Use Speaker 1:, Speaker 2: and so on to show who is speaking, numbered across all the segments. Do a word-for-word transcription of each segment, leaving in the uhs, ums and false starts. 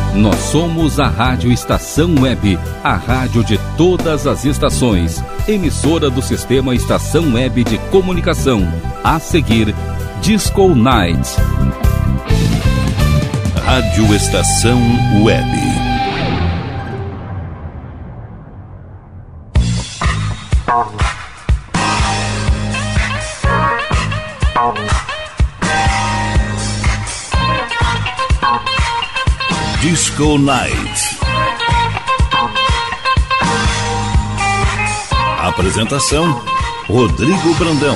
Speaker 1: Nós somos a Rádio Estação Web, a rádio de todas as estações, emissora do Sistema Estação Web de Comunicação. A seguir, Disco Night. Rádio Estação Web. Disco Night. Apresentação: Rodrigo Brandão.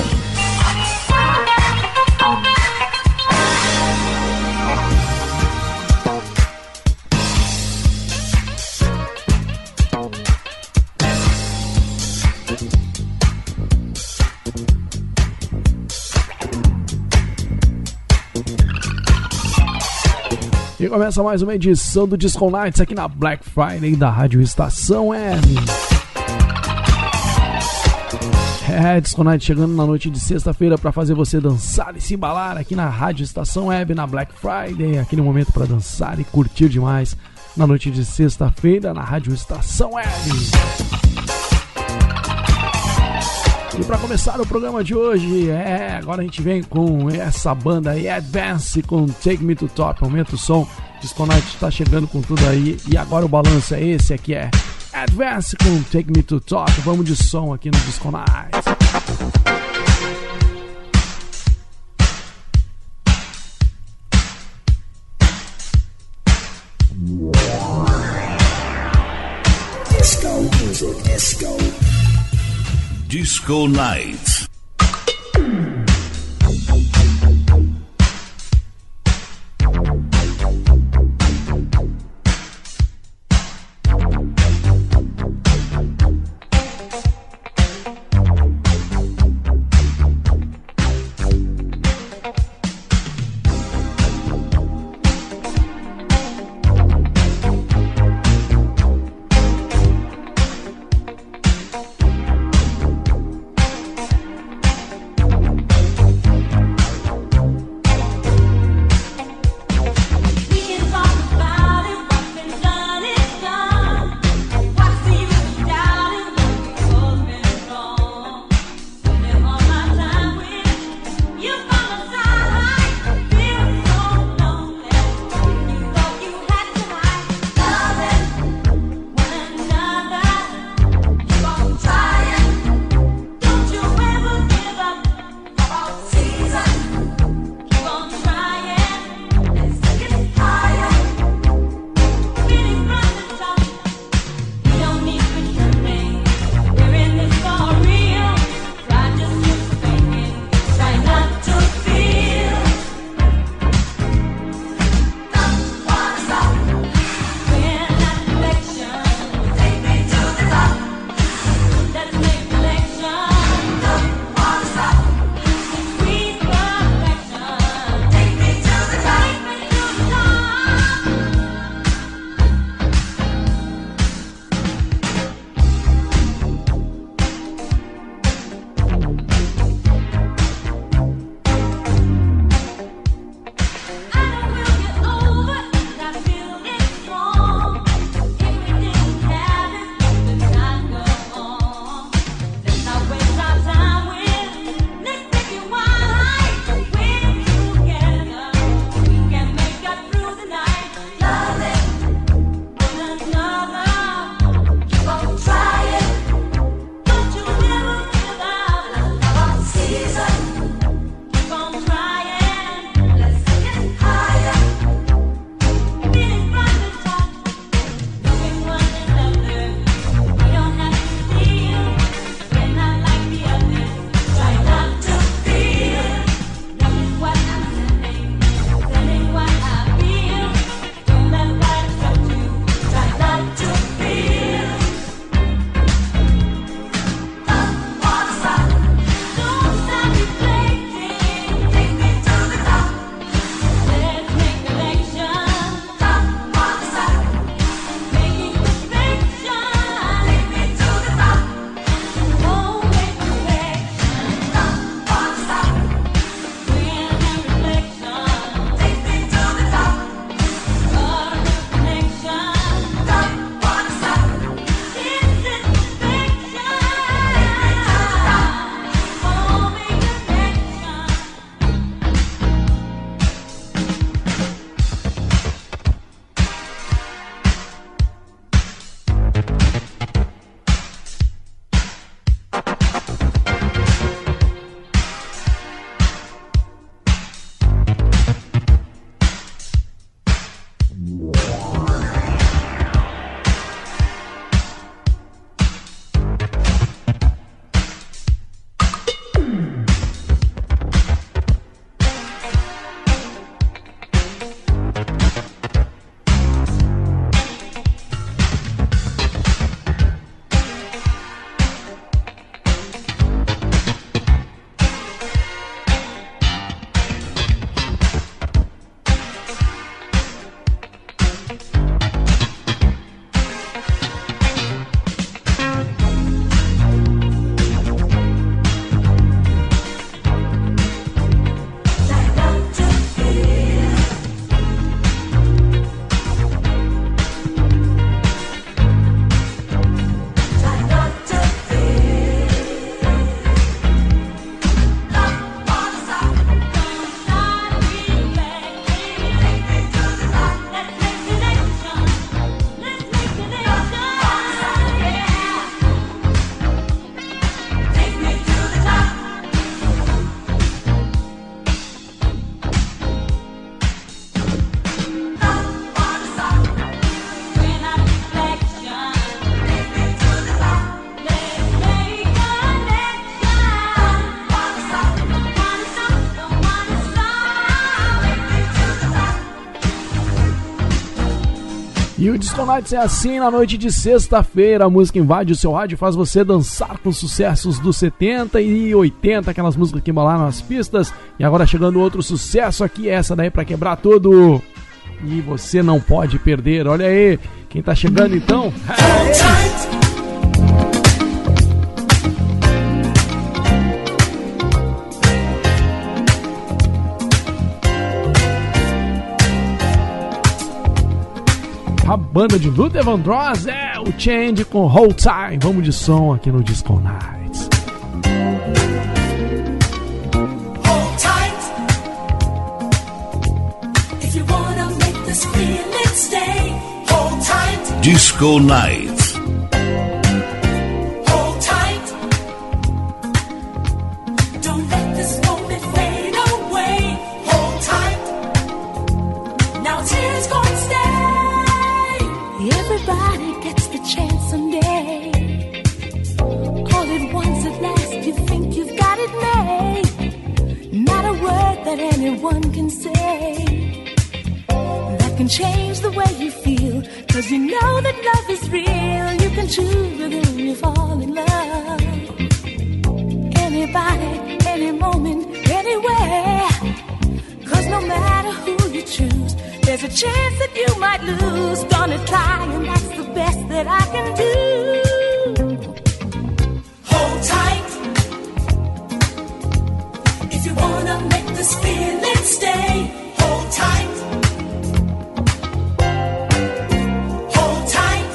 Speaker 2: E começa mais uma edição do Disco Nights aqui na Black Friday da Rádio Estação Web. É, Disco Night chegando na noite de sexta-feira para fazer você dançar e se embalar aqui na Rádio Estação Web na Black Friday. Aquele momento para dançar e curtir demais na noite de sexta-feira na Rádio Estação Web. E para começar o programa de hoje, é, agora a gente vem com essa banda aí, Advance, com Take Me to Top. Aumenta o som, Disco Night está chegando com tudo aí. E agora o balanço é esse aqui, é Advance com Take Me to Top. Vamos de som aqui no Disco Night.
Speaker 3: Disco music, disco.
Speaker 1: Disco Night.
Speaker 2: E o Disco Nights é assim na noite de sexta-feira. A música invade o seu rádio e faz você dançar com sucessos dos setenta e oitenta, aquelas músicas que embalaram as pistas. E agora chegando outro sucesso aqui, essa daí pra quebrar tudo. E você não pode perder. Olha aí, quem tá chegando então? É a banda de Luther Vandross, é o Change com Hold Time. Vamos de som aqui no Disco Nights.
Speaker 4: Hold tight. If you wanna make this feeling stay, hold tight.
Speaker 3: Disco Nights.
Speaker 4: Hold tight. Don't let this moment fade away. Hold tight. Now tears gonna stay. Everybody gets the chance someday. All at once at last you think you've got it made. Not a word that anyone can say that can change the way you feel. Cause you know that love is real. You can choose with whom you fall in love. Anybody, any moment, anywhere. Cause no matter who you choose, there's a chance that you might lose. Gonna try, and that's the best that I can do. Hold tight. If you wanna make this feeling stay, hold tight. Hold tight.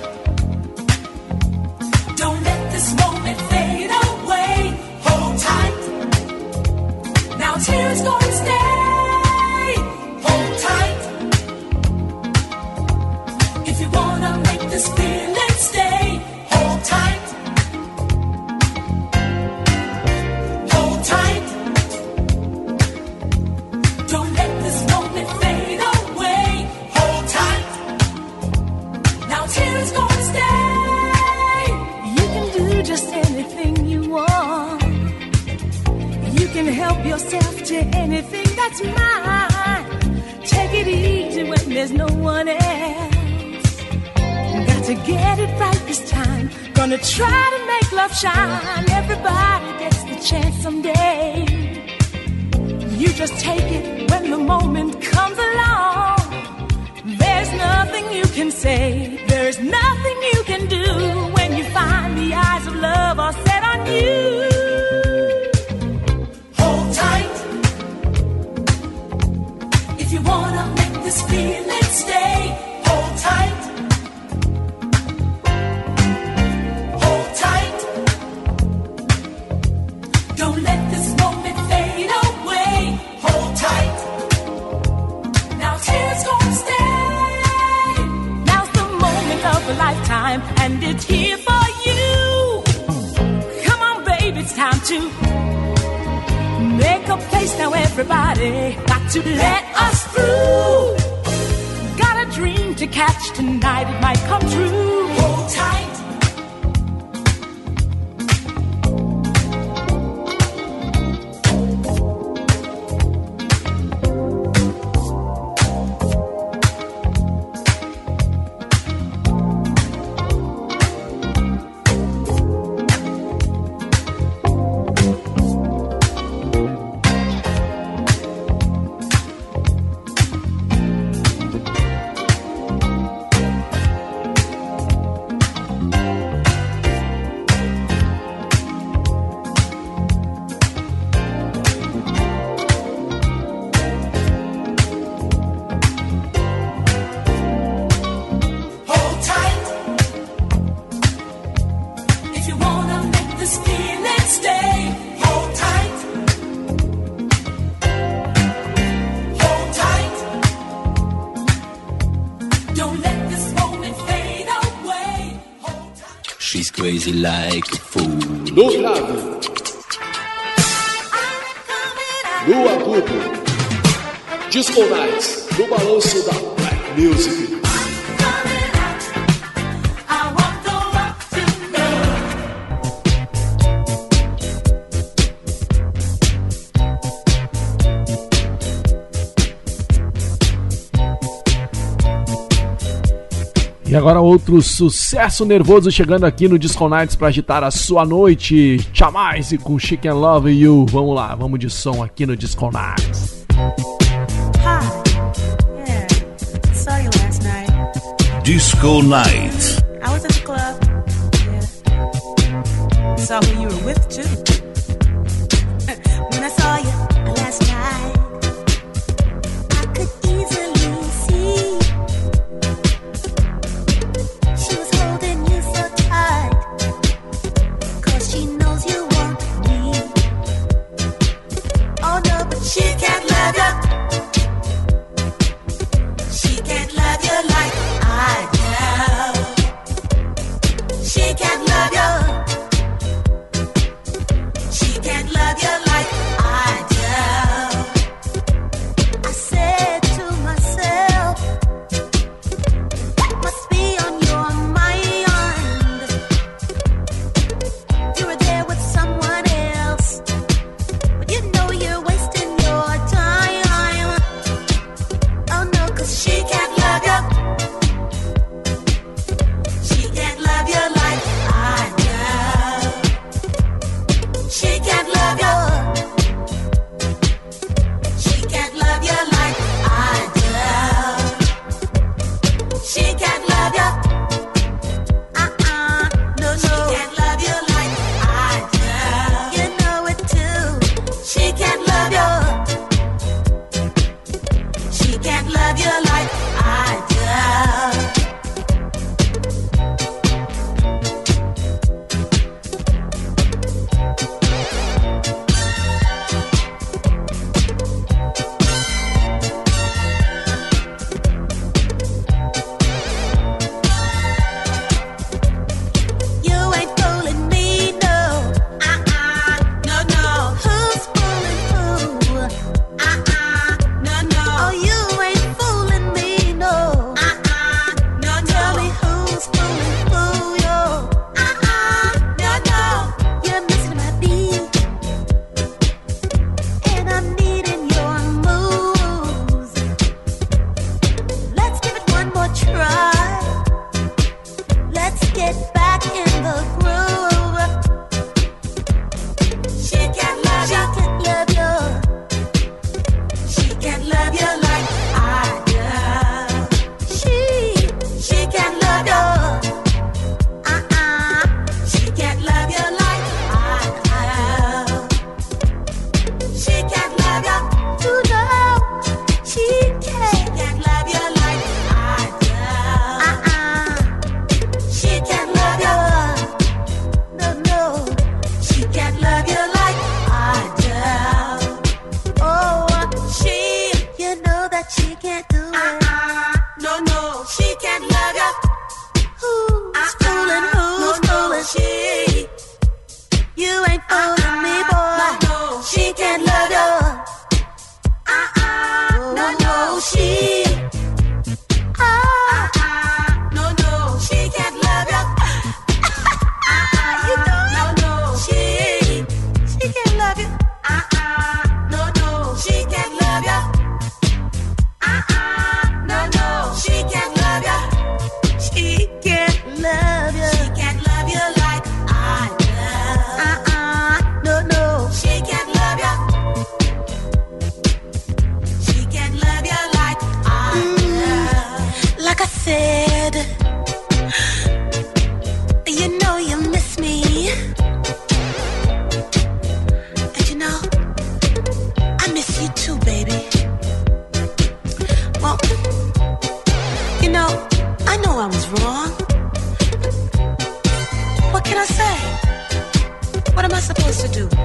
Speaker 4: Don't let this moment fade away. Hold tight. Now tears gonna stay. This feeling stay, hold tight, hold tight. Don't let this moment fade away. Hold tight. Now tears gonna stay. You can do just anything you want. You can help yourself to anything that's mine. Take it easy when there's no one else. Got to get it right this time. Gonna try to make love shine. Everybody gets the chance someday. You just take it when the moment comes along. There's nothing you can say. There's nothing you can do when you find the eyes of love are set on you. Hold tight. If you wanna make this feeling stay, hold tight. Lifetime, and it's here for you. Come on, baby, it's time to make a place now. Everybody got to let us through. Got a dream to catch tonight, it might come true. Hold tight.
Speaker 3: Crazy like a fool.
Speaker 5: No grave, no agudo, Disco Nights, no balanço da Black Music.
Speaker 2: E agora outro sucesso nervoso chegando aqui no Disco Nights pra agitar a sua noite. Chamize com She Can Love You. Vamos lá, vamos de som aqui no Disco Nights.
Speaker 6: Hi. Yeah. Saw you last night.
Speaker 3: Disco Nights.
Speaker 6: I was at the club. Yeah. Saw who you were with too. When I saw you last night, I could easily see she was holding you so tight, 'cause she knows you want me. Oh no, but she can't love you. She can't love you like I do. She can't love you. She can't love you like I do. I said to myself, must be on your mind. You were there with someone else, but you know you're wasting your time. Oh no, 'cause she can't love you. She can't love you like I do. She can't love you. She can't love you like I do. She can't love you. Uh-uh, no, no. She can't love you like I do. You know it too. She can't love you. She can't love you like I do. You ain't fooling me, no. Uh-uh, no, no. Who's fooling who? Uh-uh, no, no. Oh, you ain't fooling me, no. Uh-uh, no, no. Tell me who's fooling who, yo. Uh-uh, no, no. You're missing my beat, and I'm needing your moves. Let's give it one more try. Let's get back in the groove. She can't love you. She can't love you. She can't love you like I do. She, she can't love you. Uh-uh. She can't love you like I do. She can't love you. You know, she can't. She can't love you like I do. Uh-uh. She can't love you. No, no. She can't love you like I do. Oh, she, you know that she can't do it. Uh-uh. No, no. She can't love you. Who's fooling? Who's fooling? She. You ain't fooling me, boy. No, she can't love you. Uh-uh. No, no. She. Uh-uh. No, no. She can't love you. Uh-uh. You know it. No, no. She. She can't love you. Uh-uh. No, no. She can't love you. Uh-uh. No, no. She can't love you. She can't love you. She can't love you like I do. Uh-uh. No, no. She can't love you. She can't love you like I do. Like I said, you know you miss me. And you know, I miss you too, baby. Well, you know, I know I was wrong. What can I say? What am I supposed to do?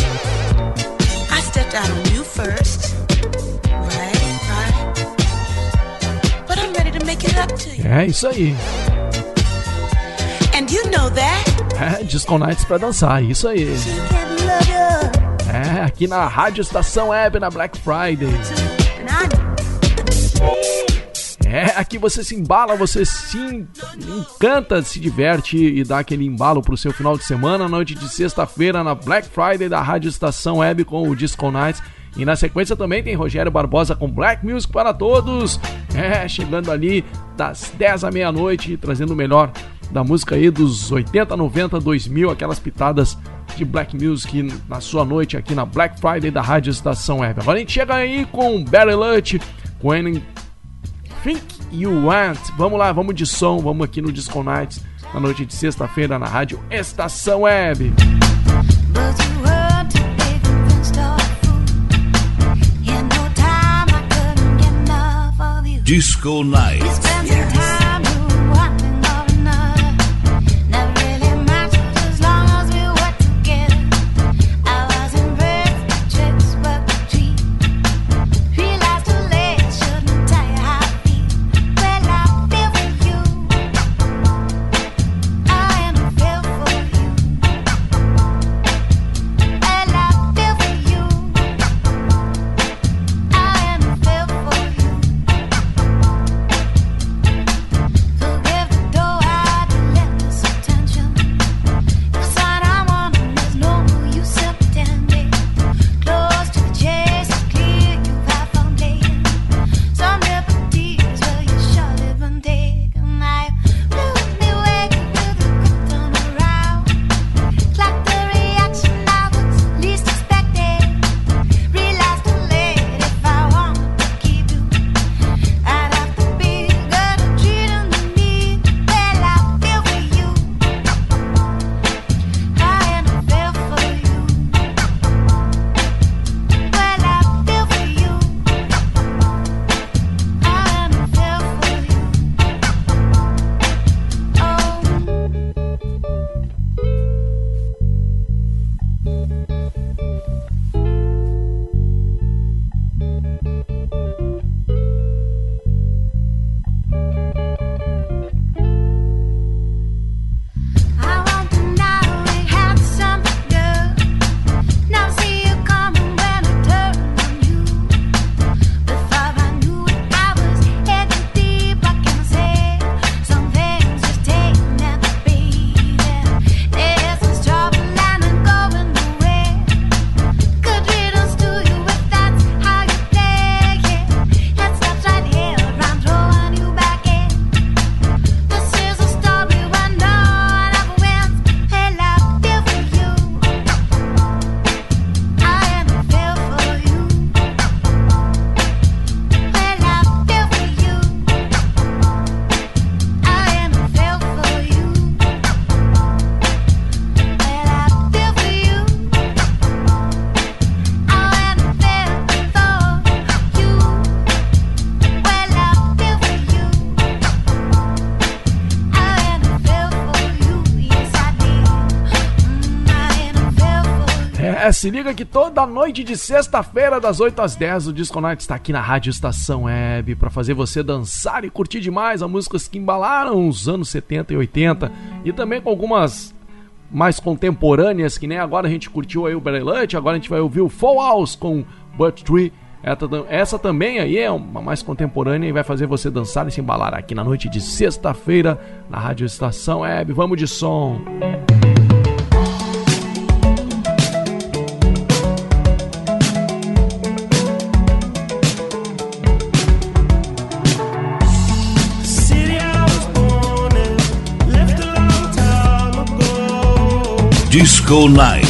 Speaker 6: I stepped out on you first. Right, right. But I'm ready to make it up to you.
Speaker 2: É isso aí.
Speaker 6: And you know that.
Speaker 2: É, Disco Nights pra dançar, isso aí.
Speaker 6: She can't love you.
Speaker 2: É, aqui na Rádio Estação Web na Black Friday.
Speaker 6: And I know.
Speaker 2: É, aqui você se embala, você se encanta, se diverte e dá aquele embalo pro seu final de semana, noite de sexta-feira na Black Friday da Rádio Estação Web com o Disco Nights. E na sequência também tem Rogério Barbosa com Black Music para todos. É, chegando ali das dez à meia-noite, trazendo o melhor da música aí dos oitenta, noventa, dois mil, aquelas pitadas de Black Music na sua noite aqui na Black Friday da Rádio Estação Web. Agora a gente chega aí com Barry Lutt, com Anything You Want. Vamos lá, vamos de som, vamos aqui no Disco Nights, na noite de sexta-feira na Rádio Estação Web.
Speaker 3: Disco Night.
Speaker 2: Se liga que toda noite de sexta-feira, das oito às dez, o Disco Night está aqui na Rádio Estação Web para fazer você dançar e curtir demais as músicas que embalaram os anos setenta e oitenta e também com algumas mais contemporâneas, que nem agora a gente curtiu aí o Barry Lutt, agora a gente vai ouvir o Fall House com But Tree. Essa também aí é uma mais contemporânea e vai fazer você dançar e se embalar aqui na noite de sexta-feira na Rádio Estação Web. Vamos de som!
Speaker 3: Disco Night.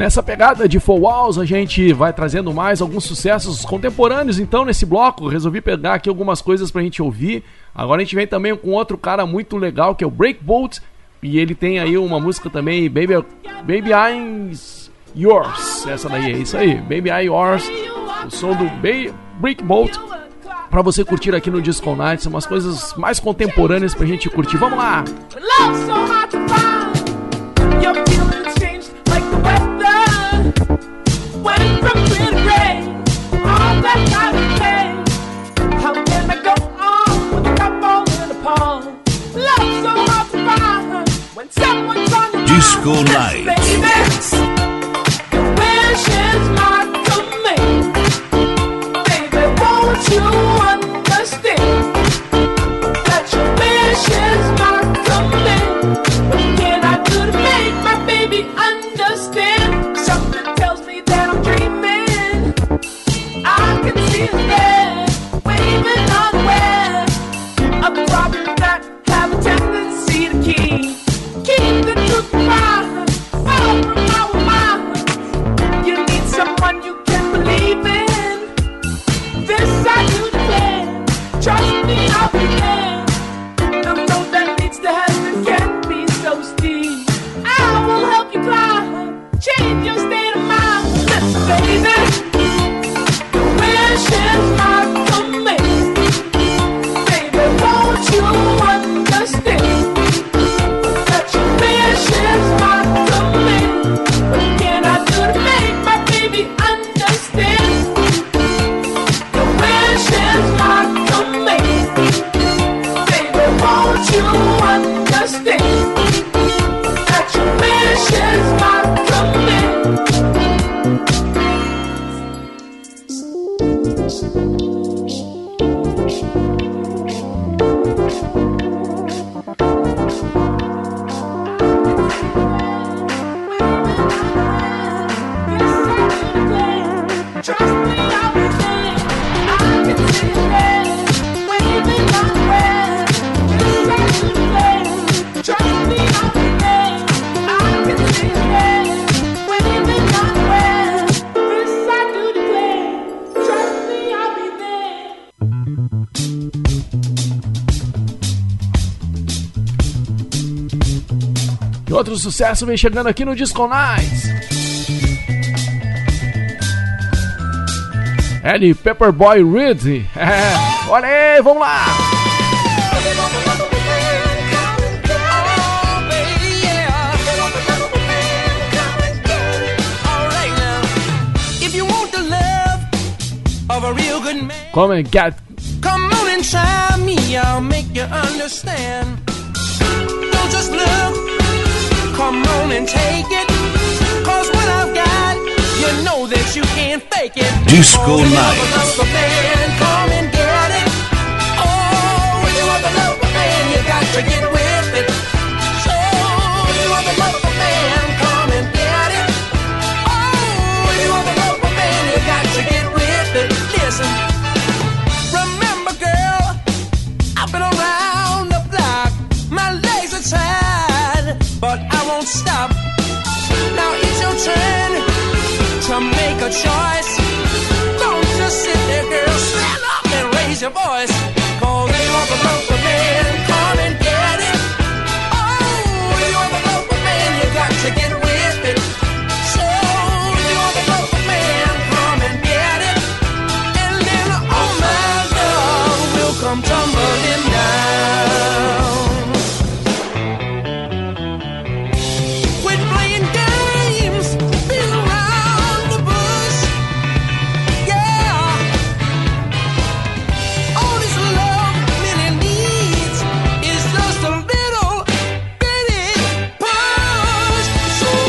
Speaker 2: nessa pegada de Four Walls, a gente vai trazendo mais alguns sucessos contemporâneos, então, nesse bloco. Resolvi pegar aqui algumas coisas pra gente ouvir. Agora a gente vem também com outro cara muito legal, que é o Breakbolt, e ele tem aí uma música também, Baby, Baby I'm Yours. Essa daí, é isso aí, Baby I'm Yours, o som do ba- Breakbolt, pra você curtir aqui no Disco Night. São umas coisas mais contemporâneas pra gente curtir. Vamos lá!
Speaker 4: Love so hard to find. Your feelings changed like the weather. Went from clear to gray. All that time of pain. How can I go on with a cup all in a palm? Love so hard to find. When someone's on your
Speaker 3: Disco
Speaker 4: mind.
Speaker 3: Night.
Speaker 4: Baby, your wish is my command. Baby, won't you understand that your wish is my command? What can I do to make my baby understand? Something tells me that I'm dreaming. I can see his head waving unaware of problems that have a tendency to keep keep the truth behind, far from our mind. You need someone you can believe in. This I do declare. Trust me, I'll be there. The road that leads to heaven can be so steep. I will help you climb. Change your state of mind. Listen, baby. Your wish is my command. Baby, won't you understand that your wish is my command? What can I do to make my baby understand? Your wish is my command. Baby, won't you understand that your wish is my command? Trust me, I'll be there. I can see your head waving unaware. Yes, I do declare. Trust me, I'll be there. I can see your head waving unaware. Yes, I do declare. Trust me, I'll be there.
Speaker 2: E outro sucesso vem chegando aqui no Disco Nights. L. Pepperboy Reed. É, olha aí, vamos lá! Come and get.
Speaker 7: Come on and try me, I'll make you understand. Don't just look, come on and take it. Cause what I've got, you know that you can't fake it.
Speaker 3: Disco
Speaker 7: Oh, you
Speaker 3: Night.
Speaker 7: want the love of a man, come and get it. Oh, you want the love of a man, you got to get with it. So, you want the love of a man, come and get it. Oh, you want the love of a man, you got to get with it. Listen, remember girl, I've been around the block. My legs are tired, but I won't stop. Now it's your turn to make a choice. Don't just sit there, girl, stand up and raise your voice. Cause you want the love of a man, come and get it. Oh, you want the love of a man, you got to get with it. So, you want the love of a man, come and get it. And then, oh my love will come tumbling down. Quit playing games, being around the bush. Yeah. All this love really needs is just a little bitty push. So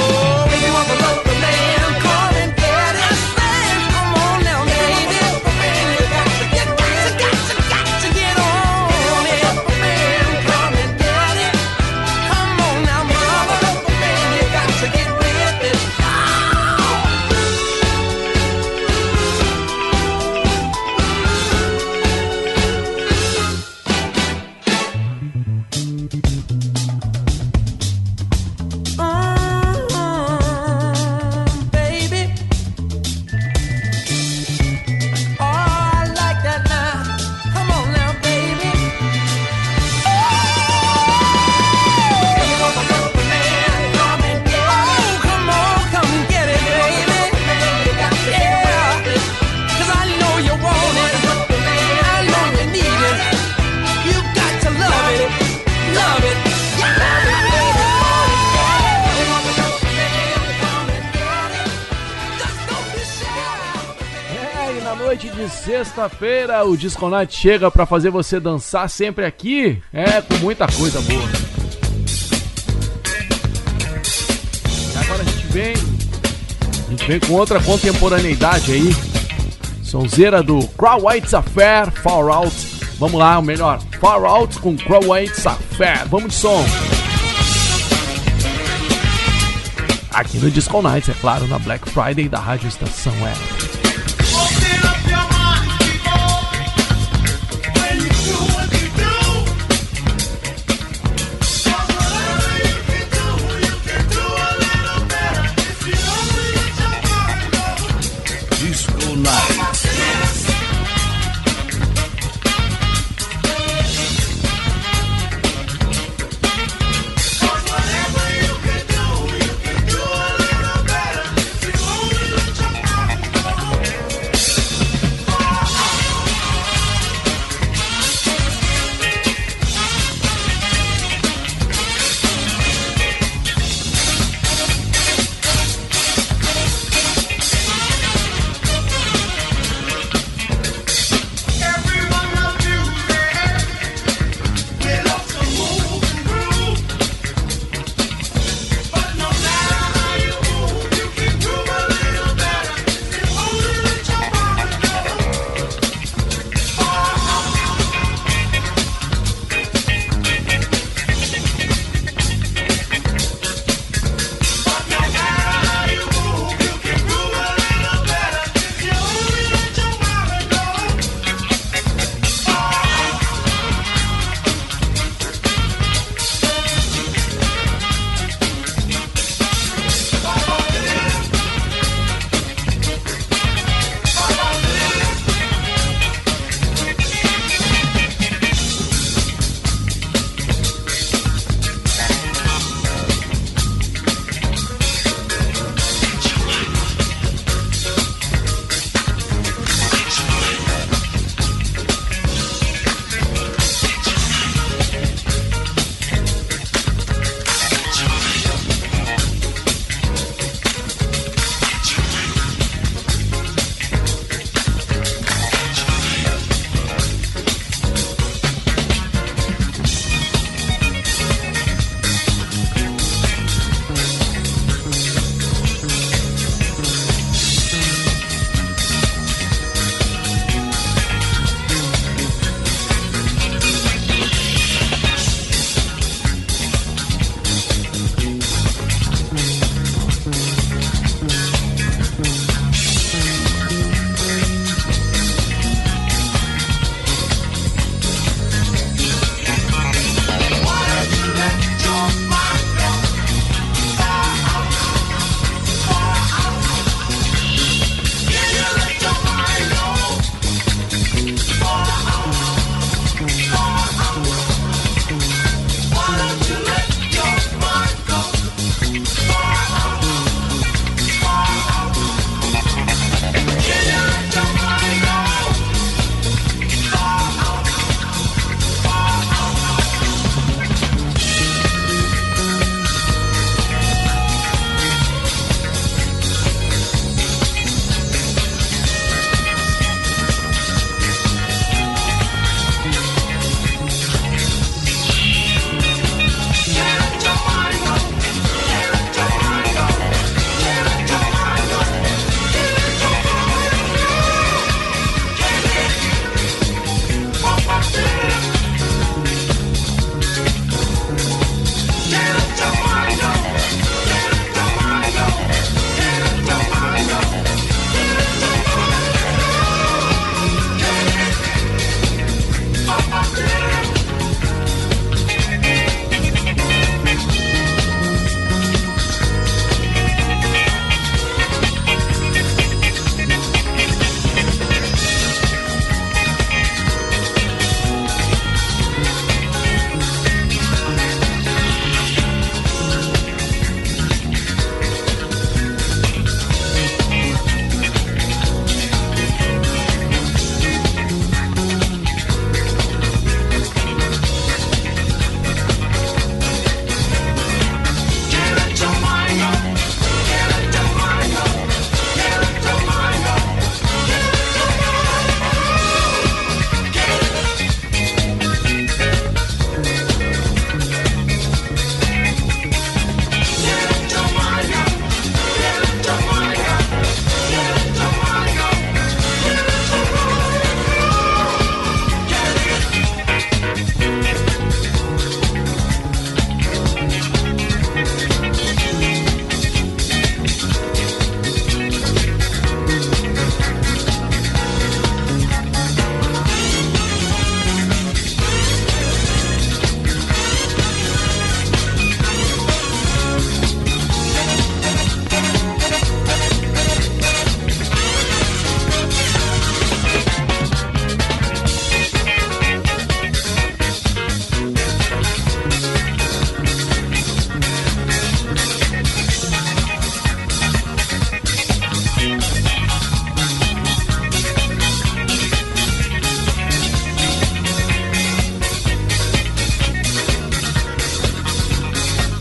Speaker 2: noite de sexta-feira, o Disco Night chega pra fazer você dançar sempre aqui, é, com muita coisa boa. E agora a gente vem, a gente vem com outra contemporaneidade aí, sonzeira do Crow White's Affair, Far Out. Vamos lá, o melhor, Far Out com Crow White's Affair, vamos de som. Aqui no Disco Nights, é claro, na Black Friday da Rádio Estação Web.
Speaker 3: Disco Night.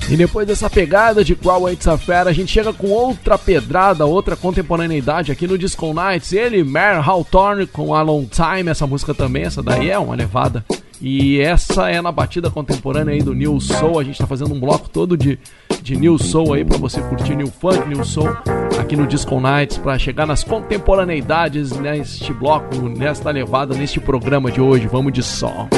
Speaker 2: E depois dessa pegada de Qual It's a Fera, a gente chega com outra pedrada, outra contemporaneidade aqui no Disco Nights. Ele, Mayer Hawthorne, com A Long Time, essa música também, essa daí é uma levada. E essa é na batida contemporânea aí do New Soul. A gente tá fazendo um bloco todo de, de New Soul aí pra você curtir New Funk, New Soul aqui no Disco Nights, pra chegar nas contemporaneidades neste bloco, nesta levada, neste programa de hoje. Vamos de som.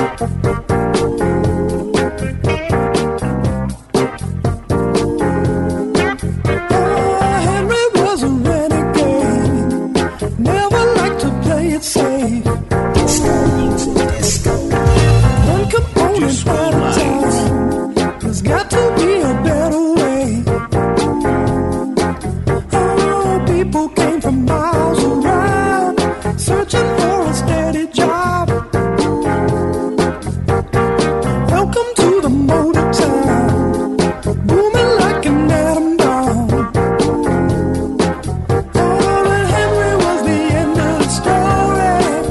Speaker 7: Safe. Disco, disco. One component at a time. There's got to be a better way. Oh, people came from miles around, searching for a steady job. Welcome to the motor town, booming like an atom bomb. Oh, but Henry was the end of the story.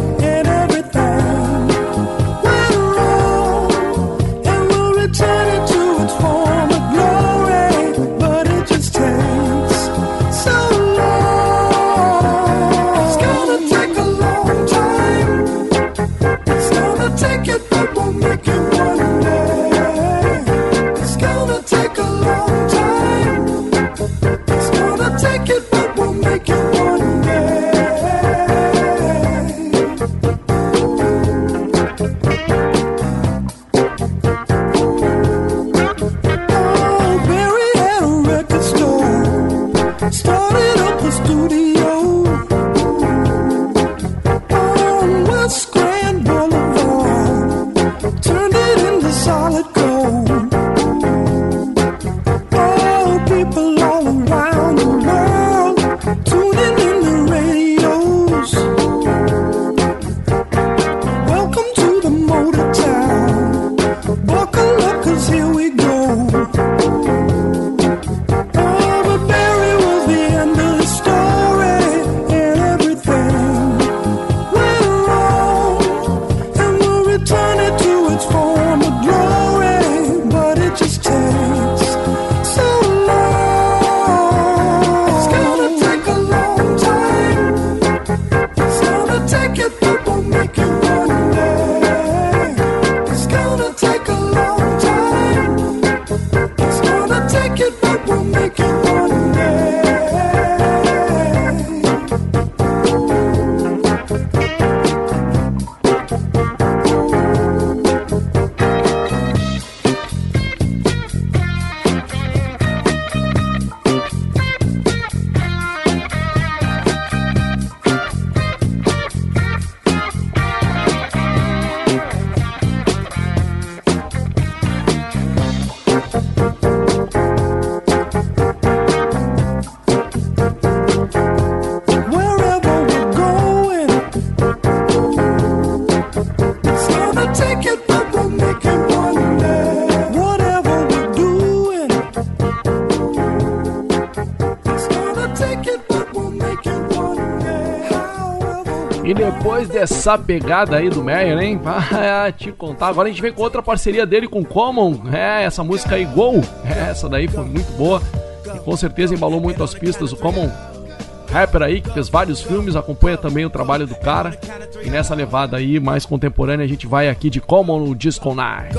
Speaker 2: E depois dessa pegada aí do Mayer, hein? Vai te contar. Agora a gente vem com outra parceria dele com Common. É, essa música aí, Go. É, essa daí foi muito boa. E com certeza embalou muito as pistas. O Common, rapper aí, que fez vários filmes, acompanha também o trabalho do cara. E nessa levada aí, mais contemporânea, a gente vai aqui de Common no Disco Nights.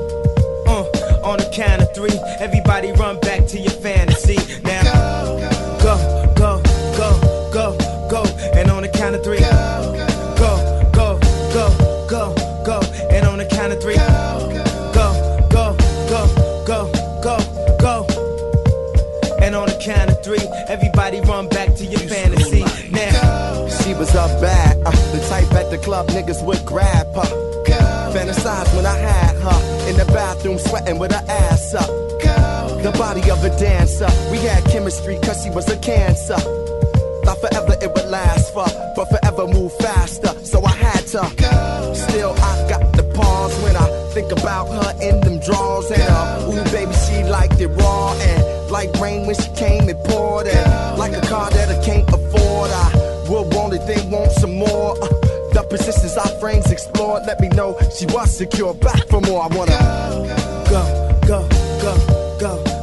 Speaker 8: Uh, on the count of three, everybody run back to your fantasy. Now, go, go, go, go, go. And on the count of three, go, go, go, go, go. And on the count of three, go, go, go, go, go, go. And on the count of three, everybody run back to your fantasy. Now,
Speaker 9: she was up bad, uh, the type at the club niggas would grab her. Fantasize when I had her in the bathroom sweating with her ass up. The body of a dancer, we had chemistry cause she was a cancer. Thought forever it would last for, but forever move faster, so I had to. Still I got the pause when I think about her in them drawers. And uh, ooh baby she liked it raw, and like rain when she came it poured. And like a car that I can't afford, I would want it, they want some more. uh, The positions our frames explored let me know she was secure, back for more. I wanna
Speaker 8: go, go, go, go.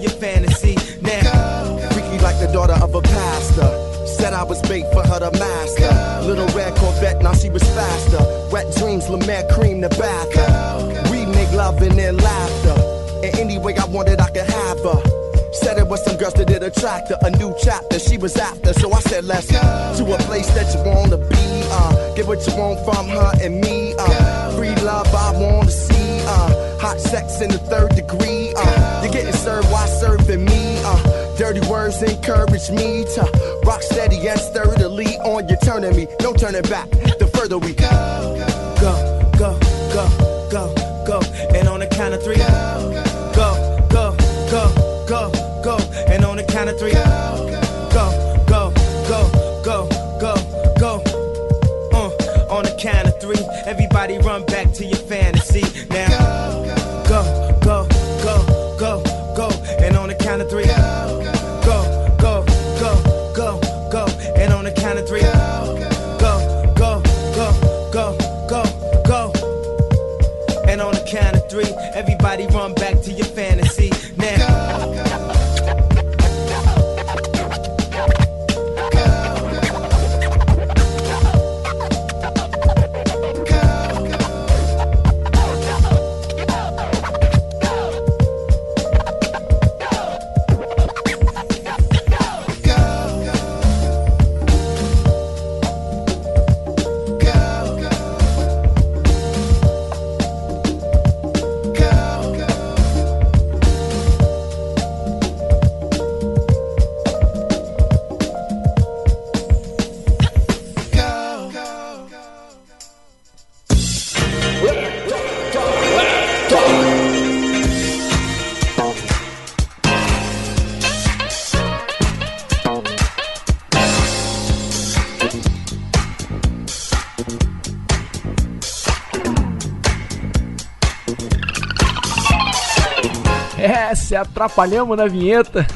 Speaker 8: your fantasy. Now,
Speaker 9: Freaky like the daughter of a pastor. Said I was bait for her to master. Little red Corvette, now she was faster. Wet dreams, La Mer cream the bath. We make love and then laughter. And any way I wanted, I could have her. Said it was some girls that did attract her. A new chapter she was after. So I said, let's go to a place that you wanna be. Uh, get what you want from her and me. Uh, free love I wanna see. Uh, hot sex in the third degree. Uh, you're getting served while serving me. Uh, dirty words encourage me to rock steady and sturdily on you turning me. No turning back. The further we go,
Speaker 8: go, go, go, go, go. And on the count of three, go, go, go, go, go, go. And on the count of three, go, go, go, go, go, go, go. Uh, on the count of three, everybody run back to your fantasy. Now, go, go, go, go, go. And on the count of three, go, go, go, go, go, go. And on the count of three, go, go, go, go, go, go, go. And on the count of three, everybody run back to your fantasy. Now.
Speaker 2: É, se atrapalhamos na vinheta.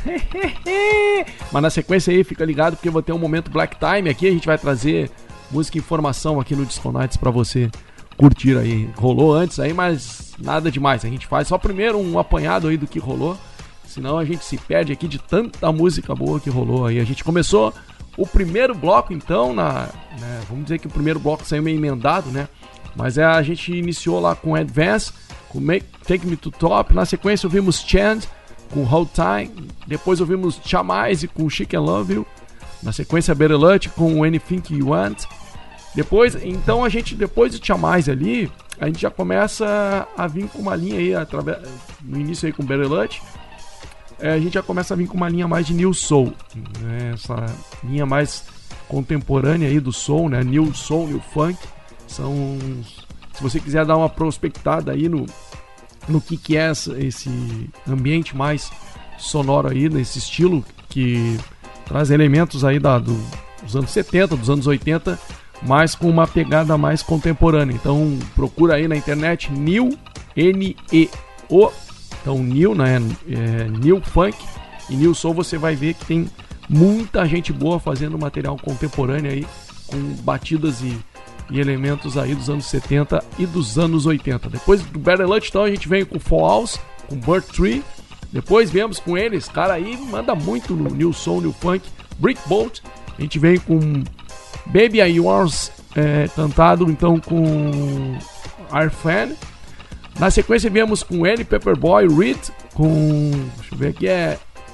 Speaker 2: Mas na sequência aí, fica ligado porque eu vou ter um momento Black Time aqui. A gente vai trazer música e informação aqui no Disco Nights pra você curtir aí. Rolou antes aí, mas nada demais. A gente faz só primeiro um apanhado aí do que rolou. Senão a gente se perde aqui de tanta música boa que rolou aí. A gente começou o primeiro bloco então, na, né, vamos dizer que o primeiro bloco saiu meio emendado, né? Mas é, a gente iniciou lá com Advance, com Make, Take Me To Top. Na sequência ouvimos Chant com Hold Time. Depois ouvimos Chamize com She Can Love You. Na sequência Better Luck com Anything You Want. Depois, então a gente, depois de Chamize ali, a gente já começa a vir com uma linha aí, através, no início aí com Better Luck, é, a gente já começa a vir com uma linha mais de New Soul, né? Essa linha mais contemporânea aí do Soul, né? New Soul, New Funk. São, se você quiser dar uma prospectada aí no, no que, que é essa, esse ambiente mais sonoro aí, nesse estilo que traz elementos aí da, do, dos anos setenta, dos anos oitenta, mas com uma pegada mais contemporânea. Então procura aí na internet New, N E O, então New, né, é, New Funk e New Soul. Você vai ver que tem muita gente boa fazendo material contemporâneo aí, com batidas e, e elementos aí dos anos setenta e dos anos oitenta. Depois do Better Luck, então, a gente vem com Fall House, com Bird Tree. Depois viemos com eles, cara aí manda muito no New Soul, New Funk, Brick Bolt. A gente vem com Baby I Yours, é, cantado então com Arfan. Na sequência viemos com ele, Pepperboy, Reed, com, deixa eu ver aqui, é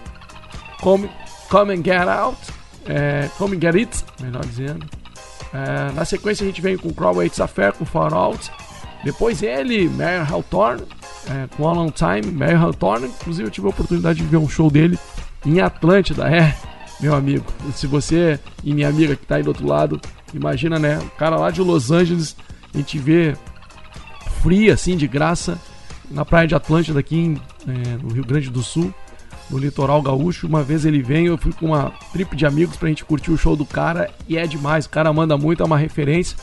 Speaker 2: Come, Come and Get Out, é, Come and Get It, melhor dizendo. É, na sequência a gente vem com Crowdways Affair, com Far Out. Depois ele, Mayer Hawthorne, é, com All On Time. Mayer Hawthorne, inclusive eu tive a oportunidade de ver um show dele em Atlântida, é, meu amigo. Se você e minha amiga que tá aí do outro lado, imagina, né, o cara lá de Los Angeles, a gente vê free, assim, de graça, na praia de Atlântida, aqui em, é, no Rio Grande do Sul, no litoral gaúcho. Uma vez ele veio, eu fui com uma trip de amigos pra gente curtir o show do cara, e é demais, o cara manda muito, é uma referência,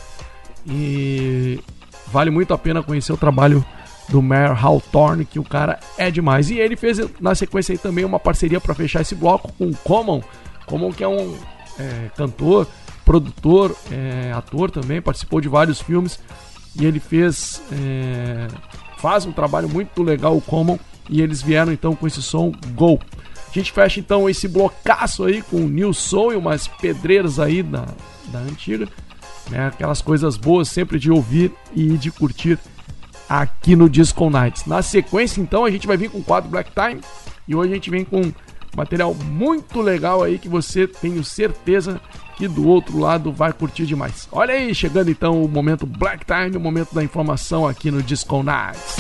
Speaker 2: e vale muito a pena conhecer o trabalho do Mayer Hawthorne, que o cara é demais. E ele fez na sequência aí também uma parceria para fechar esse bloco com o Common, Common que é um é, cantor, produtor, é, ator também, participou de vários filmes, e ele fez é, faz um trabalho muito legal, o Common, e eles vieram então com esse som Go. A gente fecha então esse blocaço aí com New Soul e umas pedreiras aí da, da antiga, né? Aquelas coisas boas sempre de ouvir e de curtir aqui no Disco Nights. Na sequência então a gente vai vir com o quadro Black Time e hoje a gente vem com material muito legal aí que você, tenho certeza que do outro lado vai curtir demais. Olha aí, chegando então o momento Black Time, o momento da informação aqui no Disco Nights.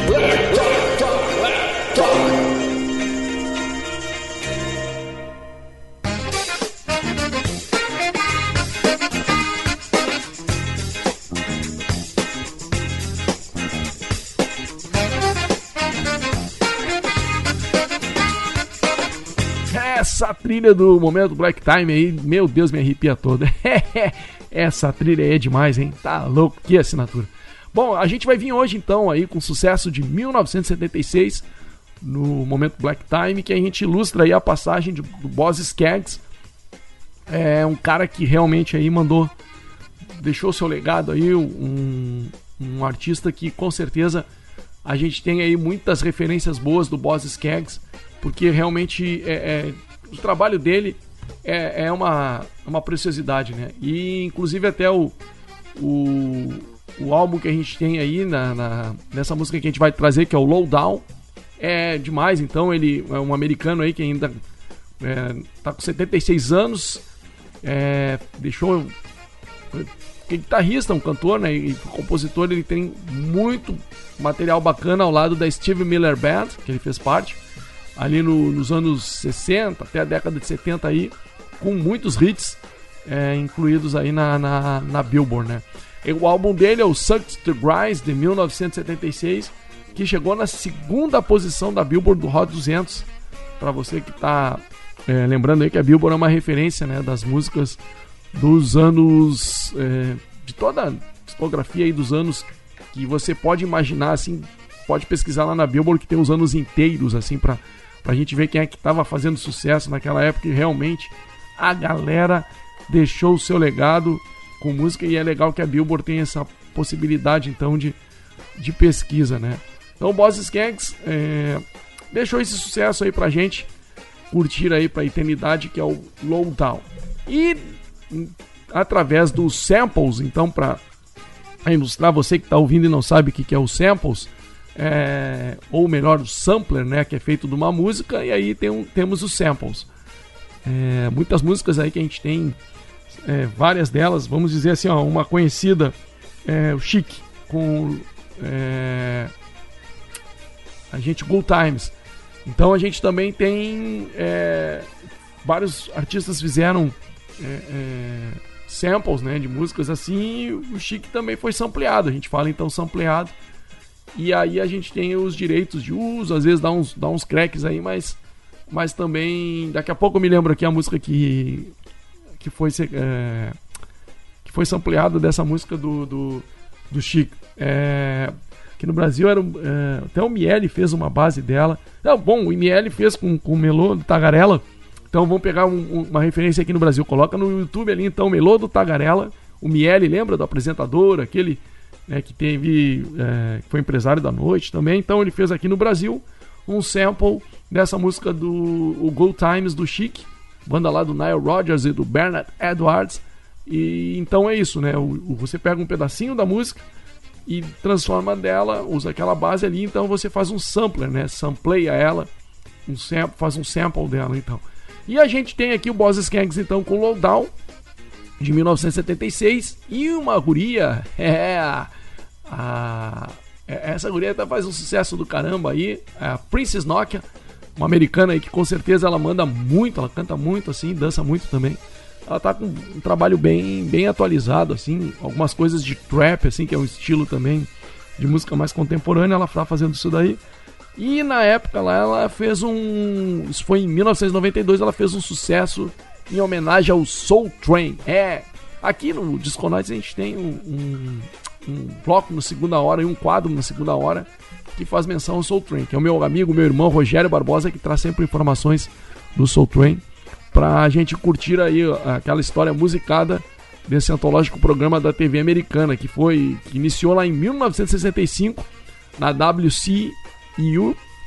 Speaker 2: Essa trilha do momento Black Time aí, meu Deus, me arrepia toda. Essa trilha aí é demais, hein? Tá louco, que assinatura. Bom, a gente vai vir hoje então aí com sucesso de mil novecentos e setenta e seis no momento Black Time, que a gente ilustra aí a passagem de, do Boz Scaggs. É um cara que realmente aí mandou, deixou seu legado aí, um, um artista que com certeza a gente tem aí muitas referências boas do Boz Scaggs, porque realmente é, é, o trabalho dele é, é uma, uma preciosidade, né? E inclusive até o, o, o álbum que a gente tem aí na, na, nessa música que a gente vai trazer, que é o Lowdown, é demais. Então ele é um americano aí que ainda é, tá com setenta e seis anos, é, deixou que guitarrista, um cantor, né, e compositor. Ele tem muito material bacana ao lado da Steve Miller Band, que ele fez parte ali no, nos anos sessenta até a década de setenta aí, com muitos hits é, incluídos aí na, na, na Billboard, né? E o álbum dele é o Sucked to Grind, de mil novecentos e setenta e seis, que chegou na segunda posição da Billboard do Hot duzentos. Para você que tá é, lembrando aí que a Billboard é uma referência, né, das músicas dos anos, é, de toda a discografia aí dos anos que você pode imaginar, assim, pode pesquisar lá na Billboard, que tem os anos inteiros, assim, pra, pra gente ver quem é que tava fazendo sucesso naquela época. E realmente a galera deixou o seu legado com música, e é legal que a Billboard tem essa possibilidade, então, de, de pesquisa, né? Então o Boz Scaggs é, deixou esse sucesso aí pra gente curtir aí pra eternidade, que é o Lowdown. E através dos samples, então, pra ilustrar você que tá ouvindo e não sabe o que, que é o samples, é, ou melhor, o sampler, né, que é feito de uma música, e aí tem um, temos os samples. É, muitas músicas aí que a gente tem, é, várias delas, vamos dizer assim, ó, uma conhecida, é, o Chic, com é, a gente Good Times. Então a gente também tem é, vários artistas fizeram é, é, samples, né, de músicas assim, e o Chic também foi sampleado. A gente fala então sampleado, e aí a gente tem os direitos de uso, às vezes dá uns, dá uns cracks aí, mas, mas também daqui a pouco eu me lembro aqui a música que, que, foi, é, que foi sampleada dessa música do, do, do Chic. É, aqui no Brasil era, é, até o Miele fez uma base dela. Não, bom, o Miele fez com, com o Melô do Tagarela. Então vamos pegar um, uma referência aqui no Brasil. Coloca no YouTube ali então, Melô do Tagarela. O Miele, lembra do apresentador, aquele, né, que teve, é, que foi empresário da noite também. Então ele fez aqui no Brasil um sample dessa música do o Good Times do Chic, banda lá do Nile Rodgers e do Bernard Edwards. E então é isso, né? O, o, você pega um pedacinho da música e transforma dela, usa aquela base ali, então você faz um sampler, né? Sampleia ela, um sample, faz um sample dela, então. E a gente tem aqui o Boz Scaggs, então, com Lowdown, de mil novecentos e setenta e seis, e uma guria, é, a, a, essa guria faz um sucesso do caramba aí, a Princess Nokia, uma americana aí que com certeza ela manda muito, ela canta muito, assim, dança muito também. Ela tá com um trabalho bem, bem atualizado, assim, algumas coisas de trap, assim, que é um estilo também de música mais contemporânea, ela tá fazendo isso daí. E na época lá ela fez um, isso foi em mil novecentos e noventa e dois, ela fez um sucesso em homenagem ao Soul Train. É, aqui no Disco Nights a gente tem um, um, um bloco na segunda hora e um quadro na segunda hora que faz menção ao Soul Train, que é o meu amigo, meu irmão Rogério Barbosa, que traz sempre informações do Soul Train, pra gente curtir aí aquela história musicada desse antológico programa da T V americana, que foi, que iniciou lá em mil novecentos e sessenta e cinco na W C U,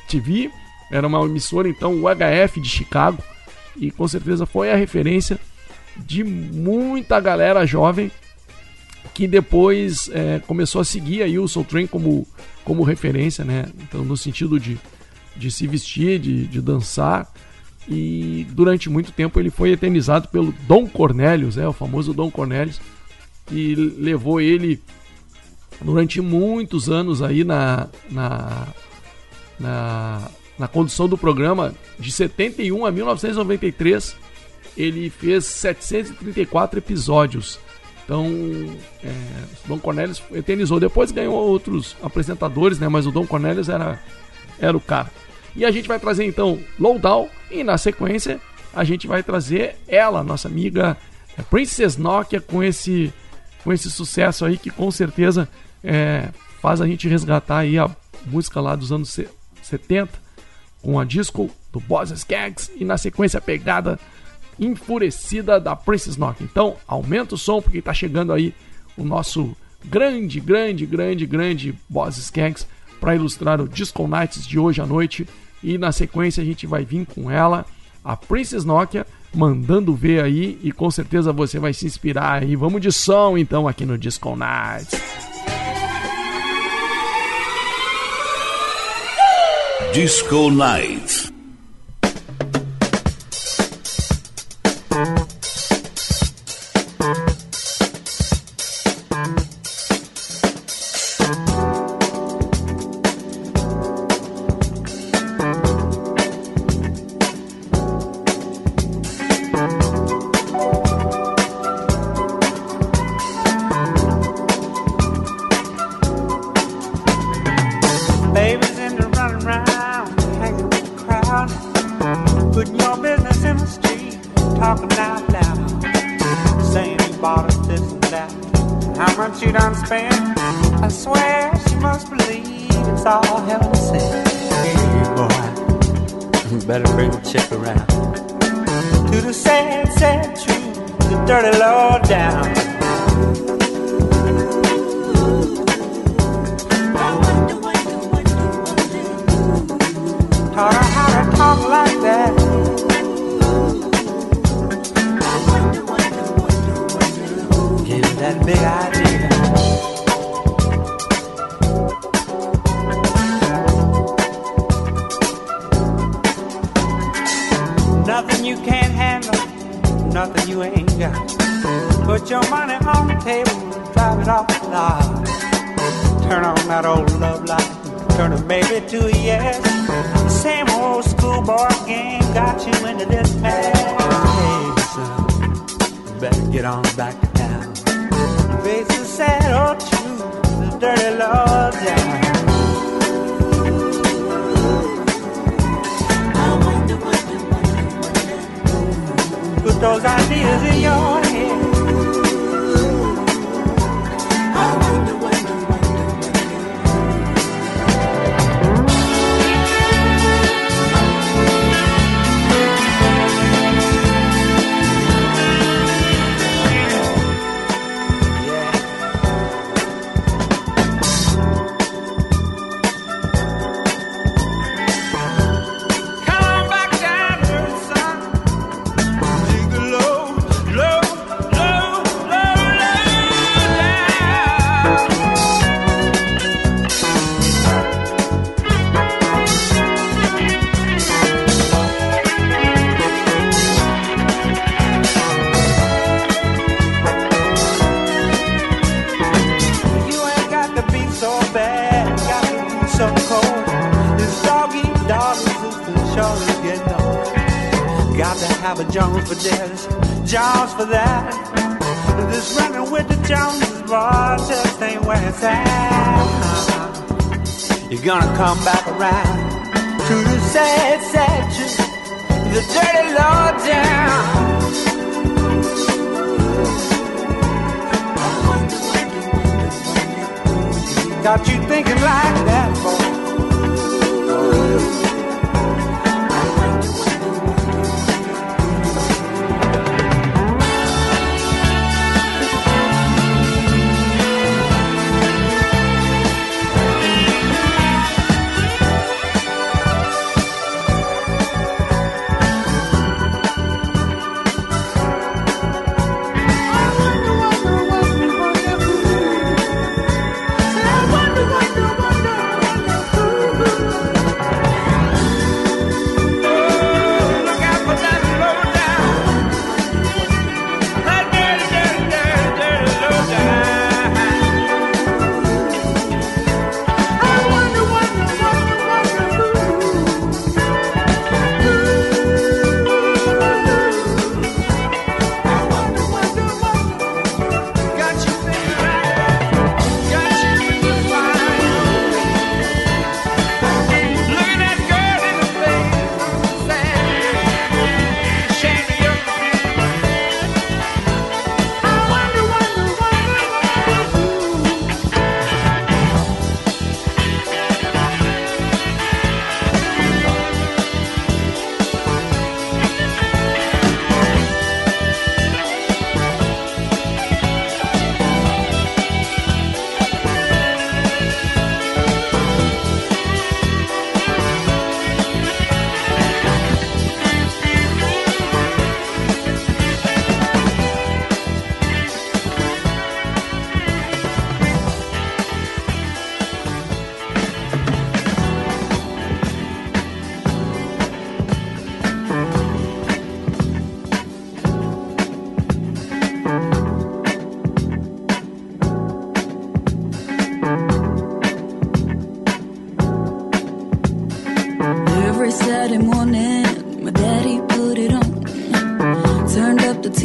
Speaker 2: T V, era uma emissora, então, o H F de Chicago, e com certeza foi a referência de muita galera jovem que depois é, começou a seguir aí o Soul Train como, como referência, né? Então, no sentido de, de se vestir, de, de dançar. E durante muito tempo ele foi eternizado pelo Don Cornelius, é, o famoso Don Cornelius, que levou ele durante muitos anos aí na, na, na, na condução do programa. De setenta e um a mil novecentos e noventa e três ele fez setecentos e trinta e quatro episódios. Então, é, o Don Cornelius eternizou. Depois ganhou outros apresentadores, né? Mas o Don Cornelius era, era o cara. E a gente vai trazer então Lowdown, e na sequência a gente vai trazer ela, nossa amiga Princess Nokia, com esse, com esse sucesso aí que com certeza é, faz a gente resgatar aí a música lá dos anos setenta, com a disco do Boss Skaggs, e na sequência a pegada enfurecida da Princess Nokia. Então aumenta o som, porque tá chegando aí o nosso grande, grande, grande, grande Boss Skaggs para ilustrar o Disco Nights de hoje à noite. E na sequência a gente vai vir com ela, a Princess Nokia, mandando ver aí, e com certeza você vai se inspirar aí. Vamos de som então aqui no Disco Nights.
Speaker 3: Disco Nights.
Speaker 10: Come back around to the sad, sad truth, the dirty low down. Got you thinking like that, boy.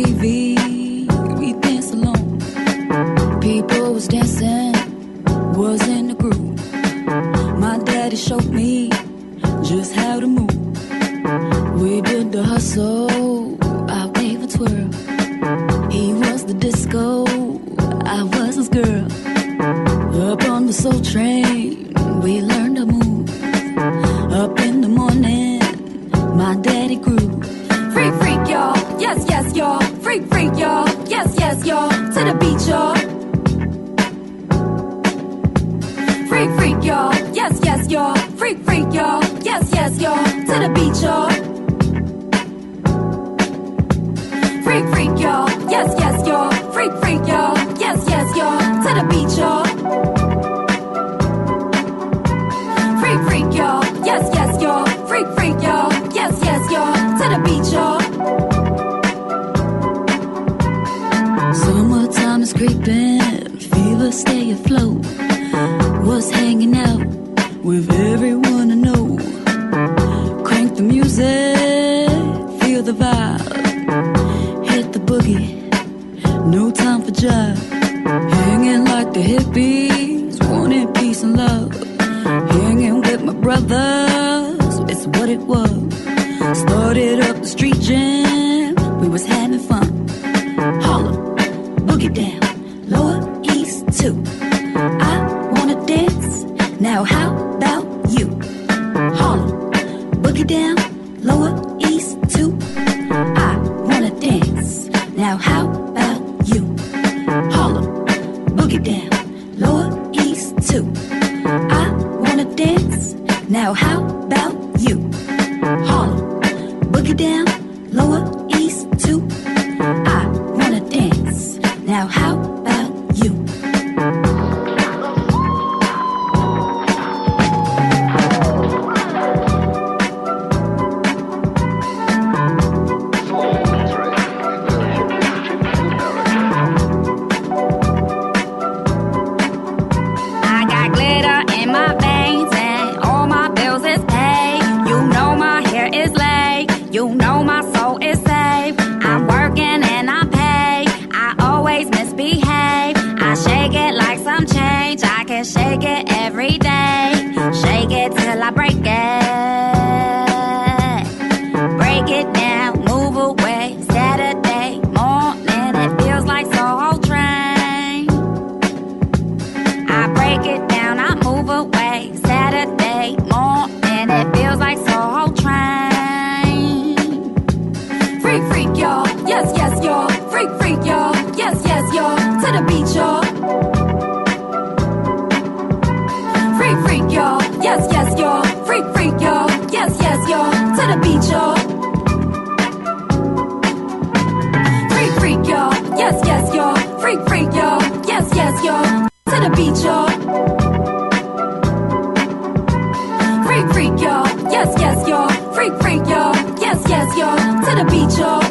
Speaker 11: T V, we dance alone. People was dancing, was in the groove. My daddy showed me just how to move. We did the hustle, I gave a twirl. He was the disco, I was his girl. Up on the soul train, we learned to move. Up in the morning, my daddy grew. Freak, freak, y'all, yes, yes, y'all. Freak, freak, y'all, yes, yes, y'all. To the beat, y'all. Freak, freak, y'all, yes, yes, y'all. Freak, freak, y'all, yes, yes, y'all. To the beat, y'all. Freak, freak, y'all, yes, yes, y'all. Freak, freak, y'all, yes, yes, y'all. To the beat, y'all. Freak, freak, y'all, yes, yes, y'all. Freak, freak, y'all, yes, yes, y'all. To the beat, y'all. Summertime is creeping, fever stay afloat. Was hanging out with everyone I know. Crank the music, feel the vibe. Hit the boogie, no time for jive. Hanging like the hippies, wanting peace and love. Hanging with my brothers, it's what it was. Started up the street jam, we was having fun. Holla, boogie down, lower east too. I wanna dance, now how about you? Holla, boogie down, lower east too. I wanna dance, now how about you? Holla, boogie down, lower east too. I wanna dance, now how about you? Holla, boogie down, lower east too. I wanna dance, now how about you?
Speaker 12: I got glitter in my veins and all my bills is paid. You know my hair is laid. You know my soul is saved. I'm working and I'm paid. I always misbehave. I shake it like some change. I can shake it every day. Shake it till I break it. Break it down, move away. Saturday morning, it feels like Soho train. I break it down, I move away. Saturday morning, it feels like Soho train. Freak, freak, y'all, yes, yes, y'all. Freak, freak, y'all, yes, yes, y'all. To the beat, y'all. Freak, freak, y'all, yes, yes, y'all. Freak, freak, y'all, yes, yes, y'all. To the beat, y'all. Freak, freak, y'all, yes, yes, y'all. Freak, freak, y'all, yes, yes, y'all. To the beat, y'all. Freak, freak, y'all, yes, yes, y'all. Freak, freak, y'all, yes, yes, y'all. To the beat, y'all.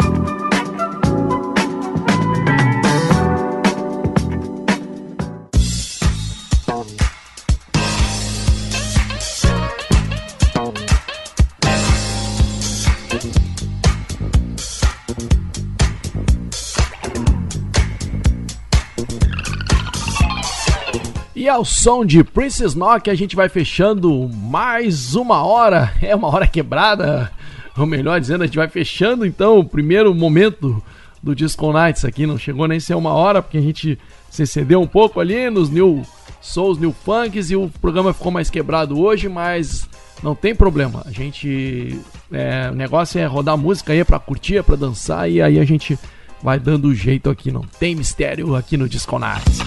Speaker 2: E ao som de Princess Nokia a gente vai fechando mais uma hora, é uma hora quebrada, ou melhor dizendo, a gente vai fechando então o primeiro momento do Disco Nights aqui, não chegou nem a ser uma hora, porque a gente se excedeu um pouco ali nos New Souls, New Funks, e o programa ficou mais quebrado hoje, mas não tem problema, a gente, é, o negócio é rodar música aí, é pra curtir, é pra dançar, e aí a gente vai dando jeito aqui, não tem mistério aqui no Disco Nights.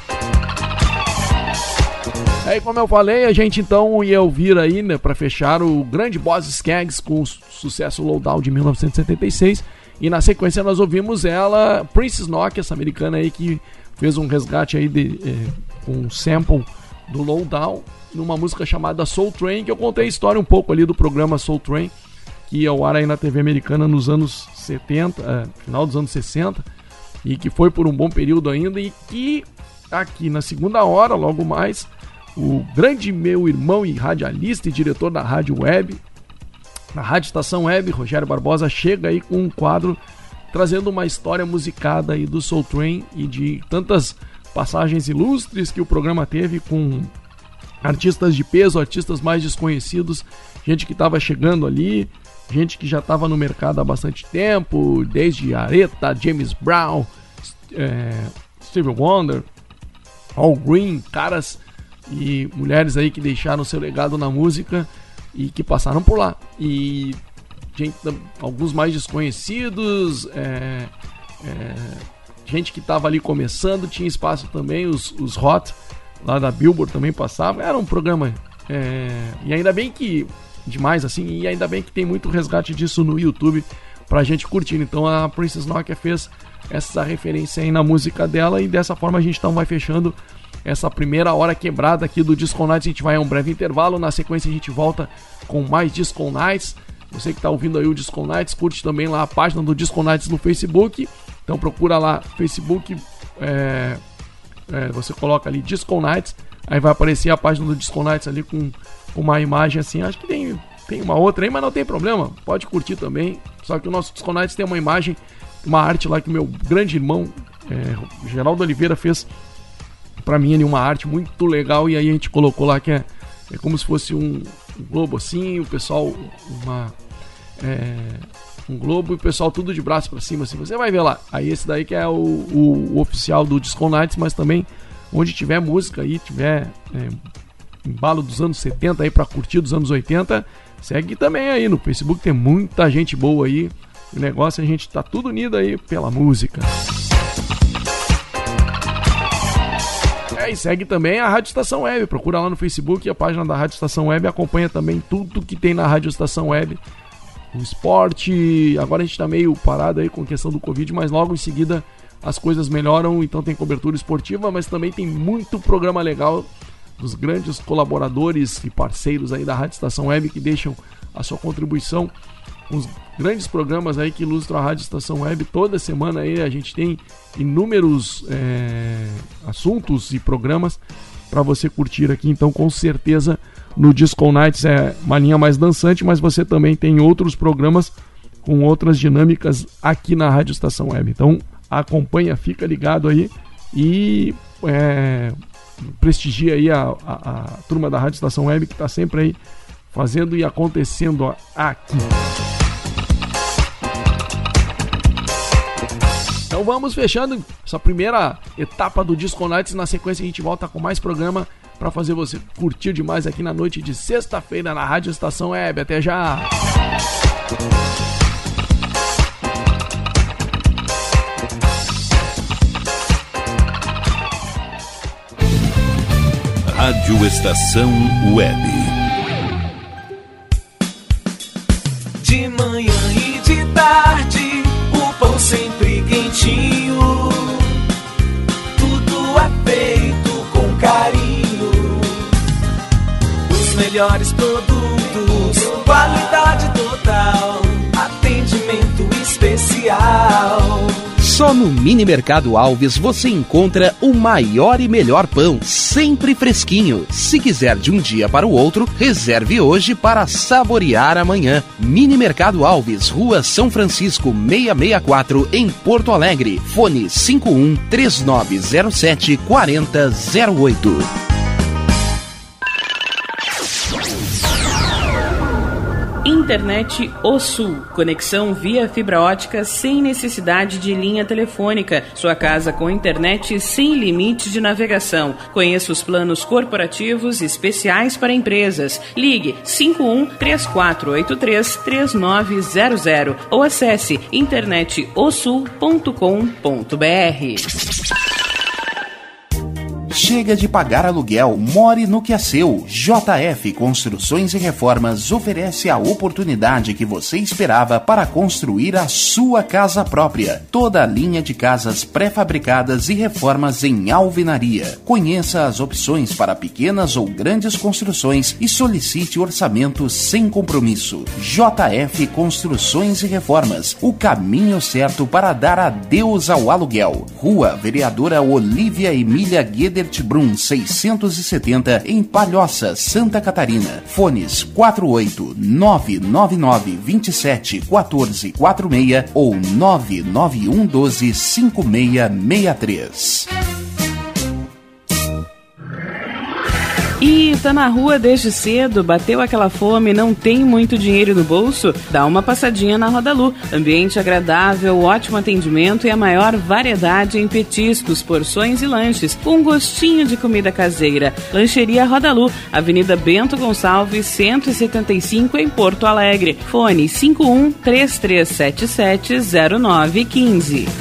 Speaker 2: Aí, como eu falei, a gente então ia ouvir aí, né, pra fechar, o grande Boz Scaggs com o sucesso Lowdown de mil novecentos e setenta e seis. E na sequência nós ouvimos ela, Princess Nokia, essa americana aí que fez um resgate aí de, é, com um sample do Lowdown, numa música chamada Soul Train, que eu contei a história um pouco ali do programa Soul Train, que ia ao ar aí na T V americana nos anos setenta, é, final dos anos sessenta, e que foi por um bom período ainda, e que aqui na segunda hora, logo mais, o grande meu irmão e radialista e diretor da Rádio Web, na Rádio Estação Web, Rogério Barbosa, chega aí com um quadro trazendo uma história musicada aí do Soul Train e de tantas passagens ilustres que o programa teve com artistas de peso, artistas mais desconhecidos, gente que estava chegando ali, gente que já estava no mercado há bastante tempo, desde Aretha, James Brown, é, Stevie Wonder, Al Green, caras e mulheres aí que deixaram seu legado na música e que passaram por lá. E gente, alguns mais desconhecidos, é, é, gente que estava ali começando, tinha espaço também, os, os Hot lá da Billboard também passavam. Era um programa, é, e ainda bem que, demais assim, e ainda bem que tem muito resgate disso no YouTube pra gente curtir. Então a Princess Nokia fez essa referência aí na música dela, e dessa forma a gente então vai fechando essa primeira hora quebrada aqui do Disco Nights. A gente vai a um breve intervalo, na sequência a gente volta com mais Disco Nights. Você que tá ouvindo aí o Disco Nights, curte também lá a página do Disco Nights no Facebook. Então procura lá, Facebook, é, é, você coloca ali Disco Nights, aí vai aparecer a página do Disco Nights ali com uma imagem assim. Acho que tem, tem uma outra aí, mas não tem problema, pode curtir também. Só que o nosso Disco Nights tem uma imagem, uma arte lá que o meu grande irmão, é, Geraldo Oliveira, fez pra mim ali, uma arte muito legal, e aí a gente colocou lá que é, é como se fosse um, um globo assim, o pessoal, uma, é, um globo e o pessoal tudo de braço pra cima assim, você vai ver lá. Aí esse daí que é o, o, o oficial do Disco Nights, mas também onde tiver música aí, tiver é, embalo dos anos setenta aí pra curtir dos anos oitenta, segue também aí no Facebook, tem muita gente boa aí. O negócio, a gente tá tudo unido aí pela música. É, e segue também a Rádio Estação Web, procura lá no Facebook a página da Rádio Estação Web, acompanha também tudo que tem na Rádio Estação Web, o esporte. Agora a gente tá meio parado aí com a questão do Covid, mas logo em seguida as coisas melhoram, então tem cobertura esportiva, mas também tem muito programa legal dos grandes colaboradores e parceiros aí da Rádio Estação Web que deixam a sua contribuição. Uns grandes programas aí que ilustram a Rádio Estação Web. Toda semana aí a gente tem inúmeros é, assuntos e programas para você curtir aqui. Então, com certeza, no Disco Nights é uma linha mais dançante, mas você também tem outros programas com outras dinâmicas aqui na Rádio Estação Web. Então, acompanha, fica ligado aí e é, prestigia aí a, a, a turma da Rádio Estação Web, que está sempre aí fazendo e acontecendo aqui. Então vamos fechando essa primeira etapa do Disco Nights. Na sequência a gente volta com mais programa para fazer você curtir demais aqui na noite de sexta-feira na Rádio Estação Web. Até já!
Speaker 3: Rádio Estação Web.
Speaker 7: De manhã e de tarde, o pão sempre quentinho. Tudo é feito com carinho. Os melhores produtos, qualidade total, atendimento especial.
Speaker 13: Só no Mini Mercado Alves você encontra o maior e melhor pão, sempre fresquinho. Se quiser de um dia para o outro, reserve hoje para saborear amanhã. Mini Mercado Alves, Rua São Francisco, seiscentos e sessenta e quatro, em Porto Alegre. Fone cinco um três nove zero sete quatro zero zero oito.
Speaker 14: Internet O Sul. Conexão via fibra ótica sem necessidade de linha telefônica. Sua casa com internet sem limite de navegação. Conheça os planos corporativos especiais para empresas. Ligue cinco um três quatro oito três três nove zero zero ou acesse internet o sul ponto com ponto b r.
Speaker 13: Chega de pagar aluguel, more no que é seu. J F Construções e Reformas oferece a oportunidade que você esperava para construir a sua casa própria. Toda a linha de casas pré-fabricadas e reformas em alvenaria. Conheça as opções para pequenas ou grandes construções e solicite orçamento sem compromisso. J F Construções e Reformas, o caminho certo para dar adeus ao aluguel. Rua Vereadora Olívia Emília Guedert Vicente Brum seiscentos e setenta, em Palhoça, Santa Catarina. Fones quatro oito nove nove nove dois sete um quatro quatro seis ou nove nove um um doze cinco seis seis três.
Speaker 14: E tá na rua desde cedo, bateu aquela fome, não tem muito dinheiro no bolso? Dá uma passadinha na Rodalu. Ambiente agradável, ótimo atendimento e a maior variedade em petiscos, porções e lanches, com um gostinho de comida caseira. Lancheria Rodalu, Avenida Bento Gonçalves, cento e setenta e cinco, em Porto Alegre. Fone cinco um três três sete sete zero nove um cinco.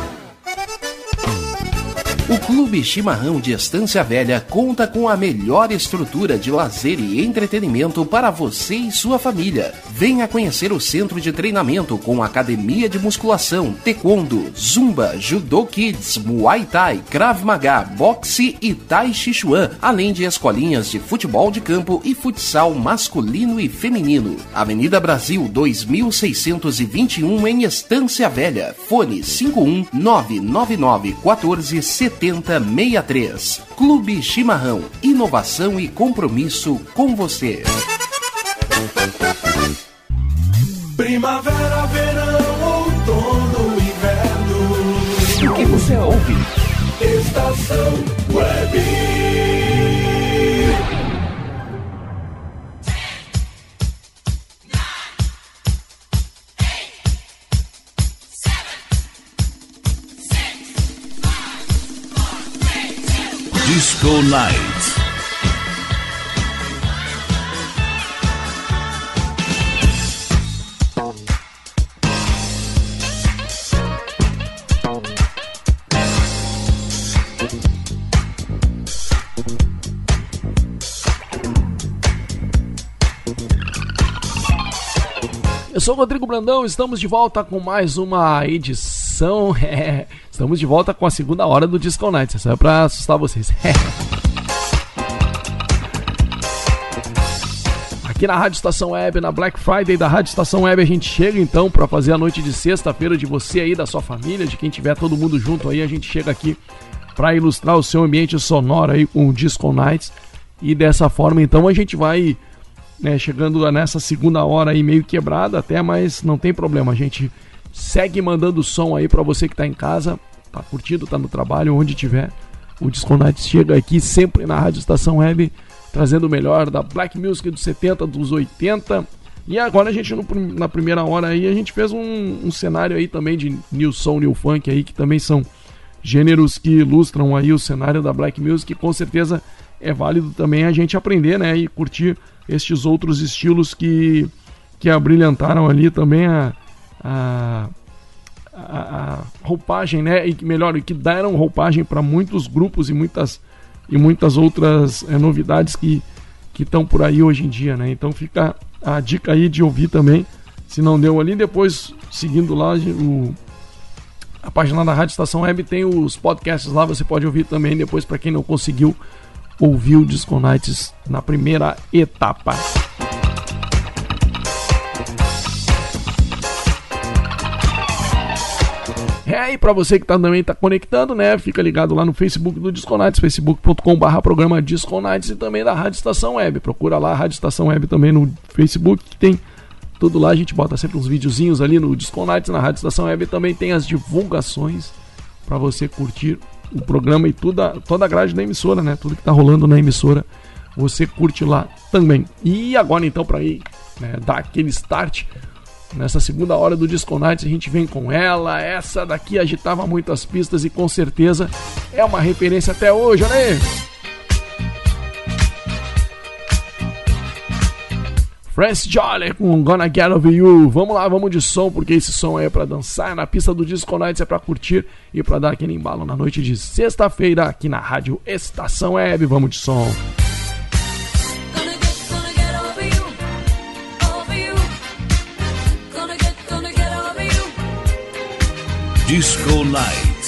Speaker 13: O Clube Chimarrão de Estância Velha conta com a melhor estrutura de lazer e entretenimento para você e sua família. Venha conhecer o centro de treinamento com academia de musculação, taekwondo, zumba, judô kids, muay thai, krav maga, boxe e tai chi chuan, além de escolinhas de futebol de campo e futsal masculino e feminino. Avenida Brasil dois mil seiscentos e vinte e um, em Estância Velha. Fone cinco um nove nove nove um quatro sete zero seis três. Clube Chimarrão, inovação e compromisso com você.
Speaker 15: Primavera, verão, outono, inverno.
Speaker 13: O que você ouve?
Speaker 15: Estação Web.
Speaker 3: Disco Night.
Speaker 2: Eu sou o Rodrigo Brandão, estamos de volta com mais uma edição. É, estamos de volta com a segunda hora do Disco Night, só é pra assustar vocês. Aqui na Rádio Estação Web, na Black Friday da Rádio Estação Web, a gente chega então para fazer a noite de sexta-feira de você aí, da sua família, de quem tiver todo mundo junto aí. A gente chega aqui para ilustrar o seu ambiente sonoro aí com o Disco Nights. E dessa forma então a gente vai, né, chegando nessa segunda hora aí meio quebrada até, mas não tem problema, a gente segue mandando som aí pra você que tá em casa, tá curtindo, tá no trabalho, onde tiver. O Disco Night chega aqui sempre na Rádio Estação Web, trazendo o melhor da Black Music dos setenta, dos oitenta. E agora a gente, no, na primeira hora aí, a gente fez um, um cenário aí também de New Soul, New Funk aí, que também são gêneros que ilustram aí o cenário da Black Music, e com certeza é válido também a gente aprender, né, e curtir estes outros estilos que, que abrilhantaram ali também a, a, a roupagem, né? E que, melhor, que deram roupagem para muitos grupos e muitas, e muitas outras é, novidades que estão por aí hoje em dia, né? Então fica a dica aí de ouvir também, se não deu ali. Depois, seguindo lá o, a página da Rádio Estação Web, tem os podcasts lá, você pode ouvir também depois, para quem não conseguiu ouviu o Disco Nights na primeira etapa. É, e pra você que tá, também tá conectando, né, fica ligado lá no Facebook do Disco Nights, facebook ponto com barra programa Disco Nights, e também da Rádio Estação Web. Procura lá a Rádio Estação Web também no Facebook, que tem tudo lá. A gente bota sempre uns videozinhos ali no Disco Nights, na Rádio Estação Web. Também tem as divulgações pra você curtir o programa e toda, toda a grade da emissora, né? Tudo que tá rolando na emissora, você curte lá também. E agora então, para ir, né, dar aquele start nessa segunda hora do Disco Nights, a gente vem com ela. Essa daqui agitava muitas pistas e com certeza é uma referência até hoje, olha aí. Francis Jolly com Gonna Get Over You. Vamos lá, vamos de som, porque esse som aí é pra dançar na pista do Disco Nights, é pra curtir e pra dar aquele embalo na noite de sexta-feira aqui na Rádio Estação Web. Vamos de som.
Speaker 3: Disco Nights.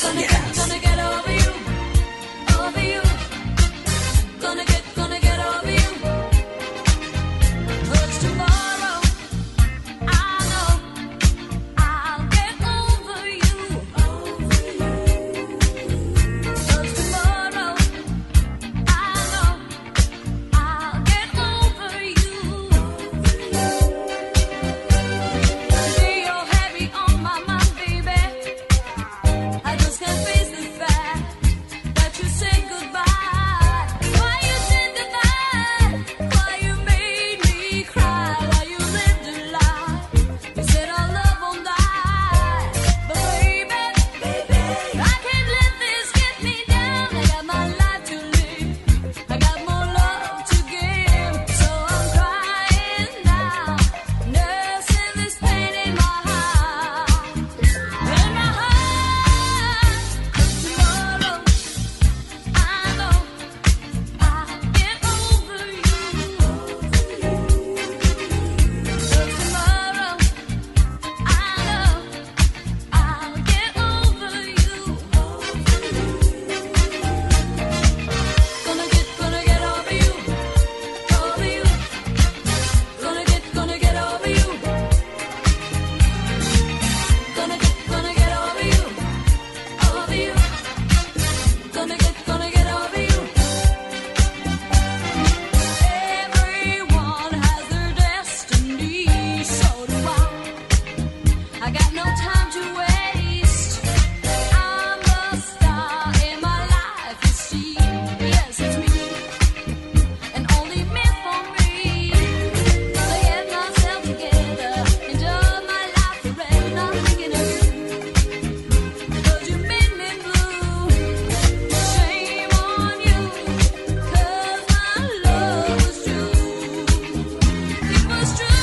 Speaker 4: I got no time to waste. I'm a star in my life, you see. Yes, it's me, and only me for me. Gonna get myself together, enjoy my life forever. Not thinking of you, 'cause you made me blue. Shame on you, 'cause my love was true. It was true.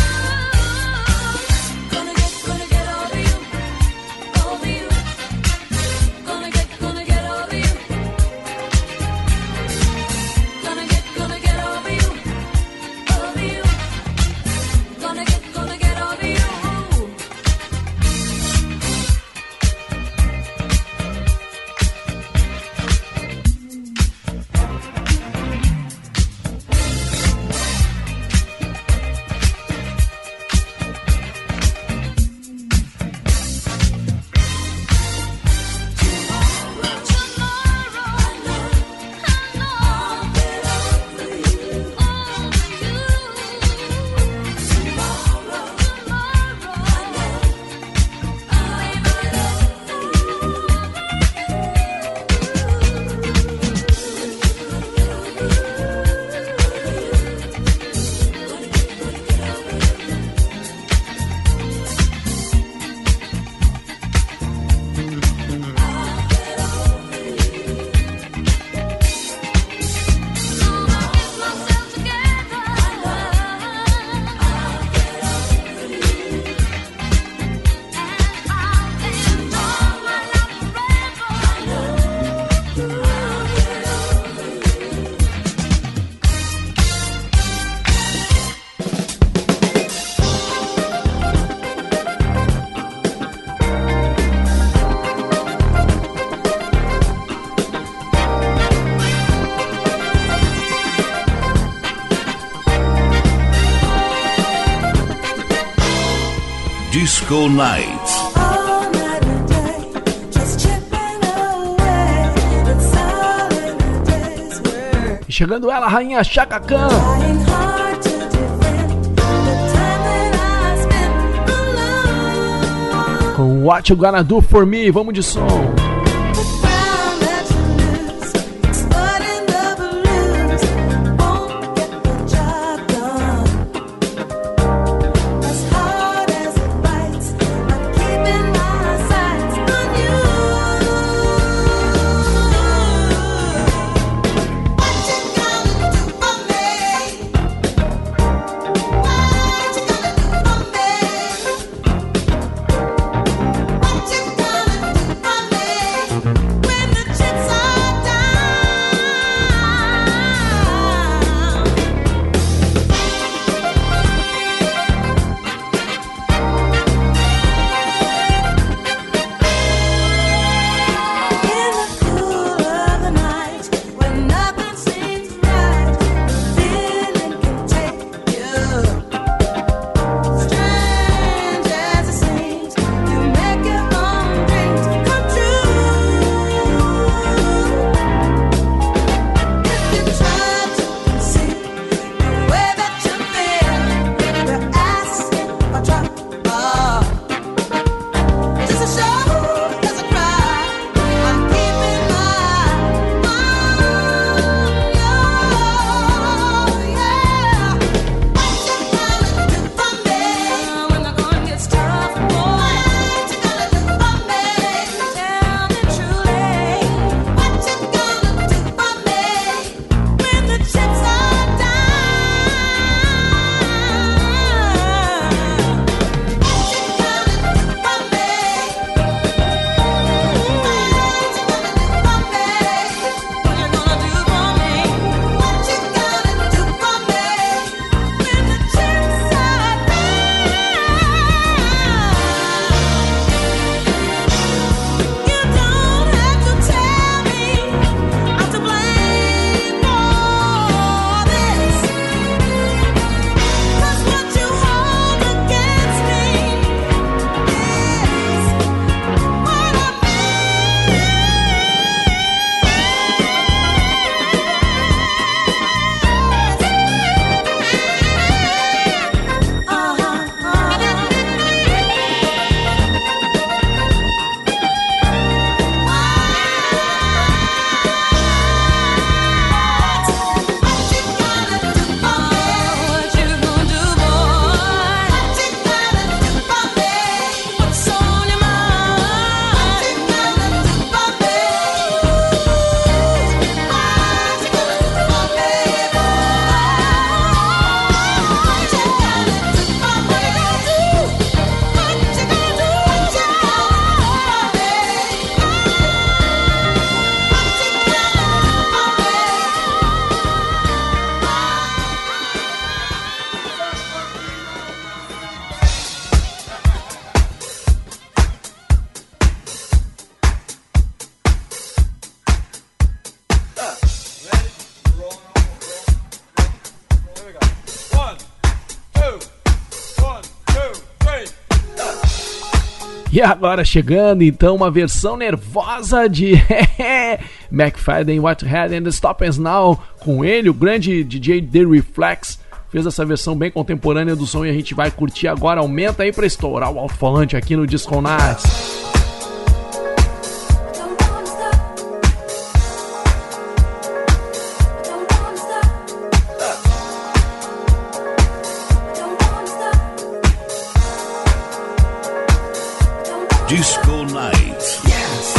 Speaker 4: Gonna get, gonna get over you, over you. Gonna get, gonna get over you. Gonna get, gonna get over you, over you. Gonna get, gonna get over you.
Speaker 3: Disco Nights.
Speaker 4: All night and day, just chipping away. It's all in the day's work.
Speaker 2: E chegando ela, rainha Chaka Khan.
Speaker 4: Trying hard to defend the time that I spent alone.
Speaker 2: Com What You Gonna Do For Me. Vamos de som.
Speaker 4: The ground that you lose, exploding the blues, won't get the job done. As hard as it bites, I'm keeping my sights on you. What you gonna do for me? What you gonna do for me? What you gonna do for me?
Speaker 2: E agora chegando então uma versão nervosa de McFadden, What Had and Stop Us Now, com ele, o grande D J The Reflex, fez essa versão bem contemporânea do som e a gente vai curtir agora. Aumenta aí pra estourar o alto-falante aqui no Disco Nights.
Speaker 3: Disco Night.
Speaker 7: Yes.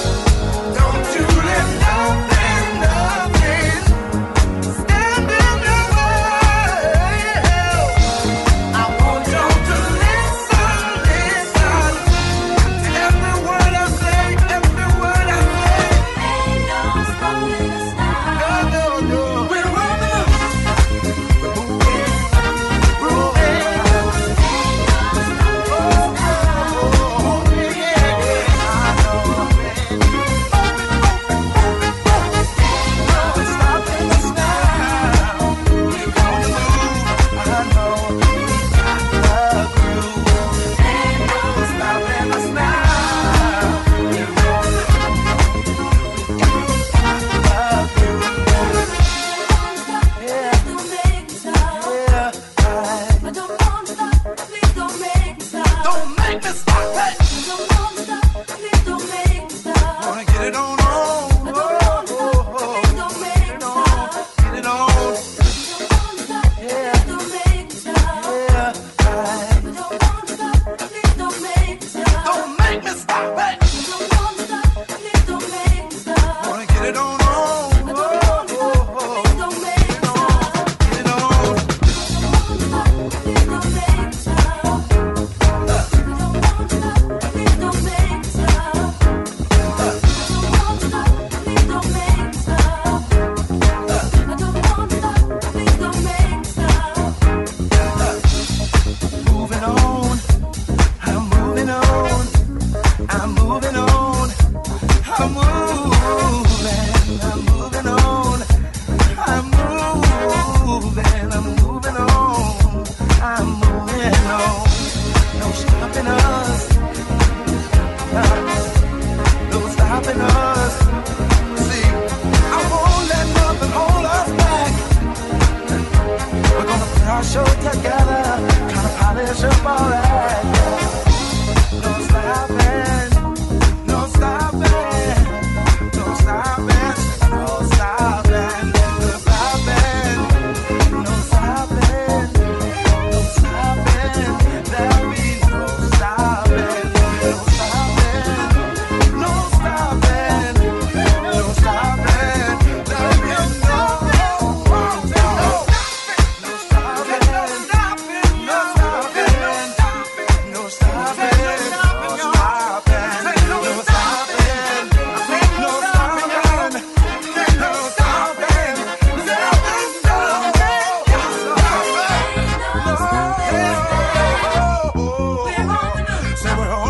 Speaker 7: Don't you let nothing, nothing stand in your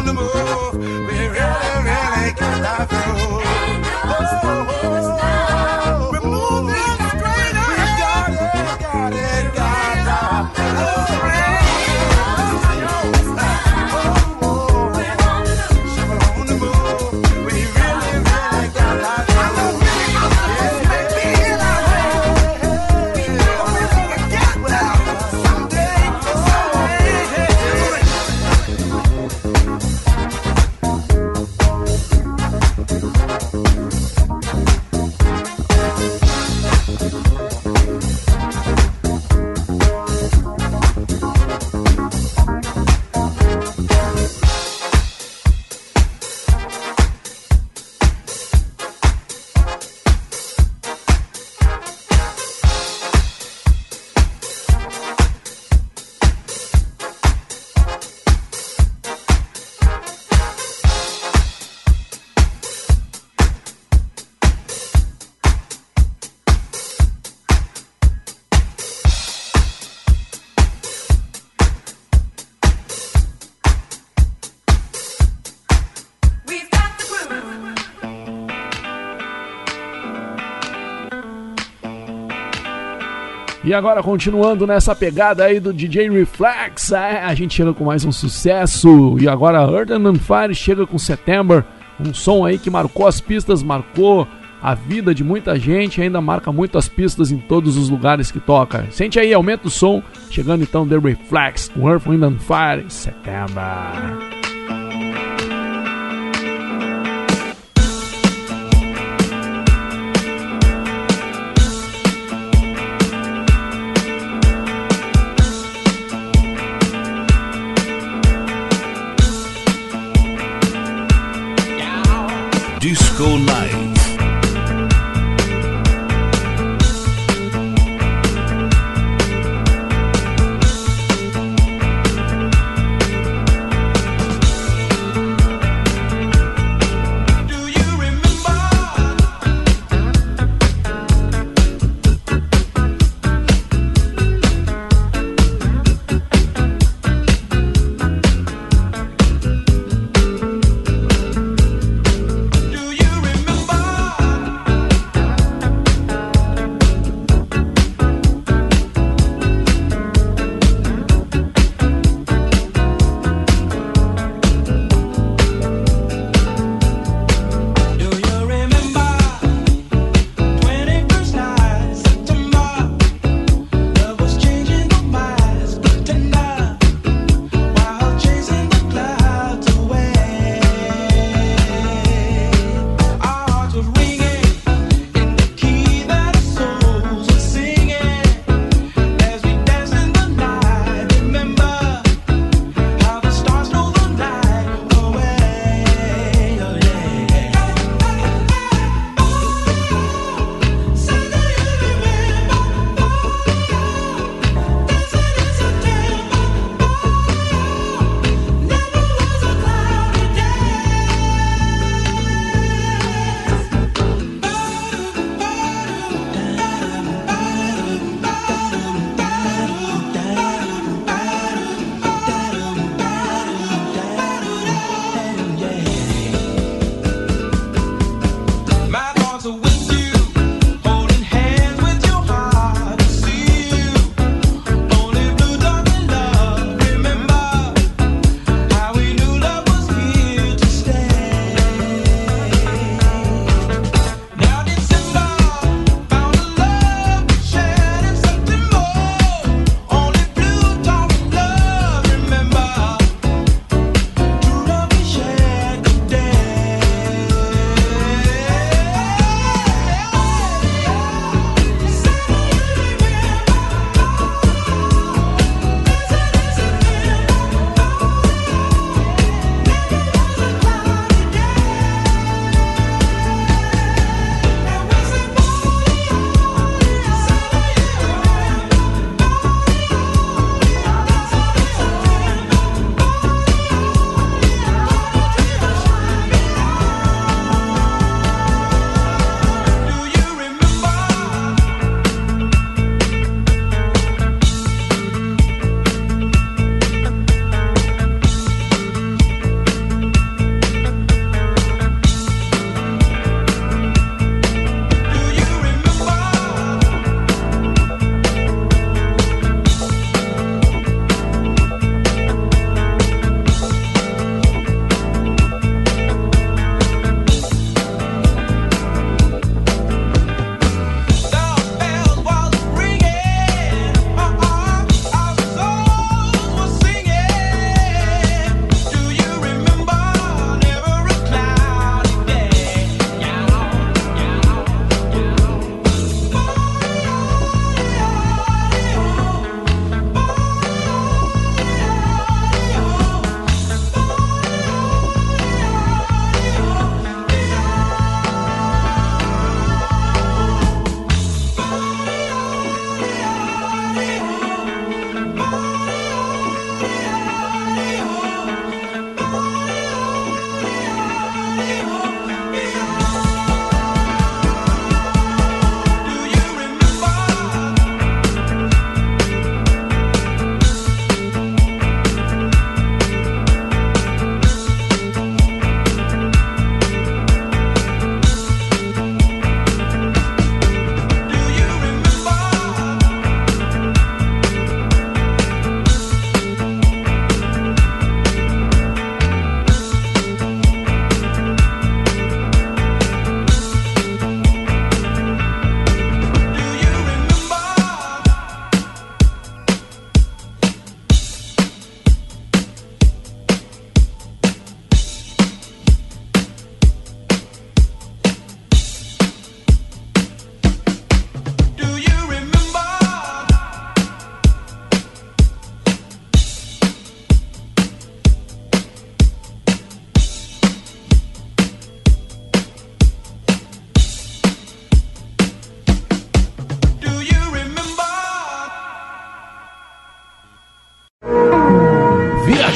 Speaker 7: on the move. We really, really got that groove. Oh, we're moving straight ahead. We got it, got it, got that groove.
Speaker 2: E agora, continuando nessa pegada aí do D J Reflex, é, a gente chega com mais um sucesso. E agora, Earth and Fire chega com September, um som aí que marcou as pistas, marcou a vida de muita gente, ainda marca muito as pistas em todos os lugares que toca. Sente aí, aumenta o som, chegando então The Reflex com Earth, Wind and Fire, September.
Speaker 3: Disco Night.
Speaker 7: Do you remember?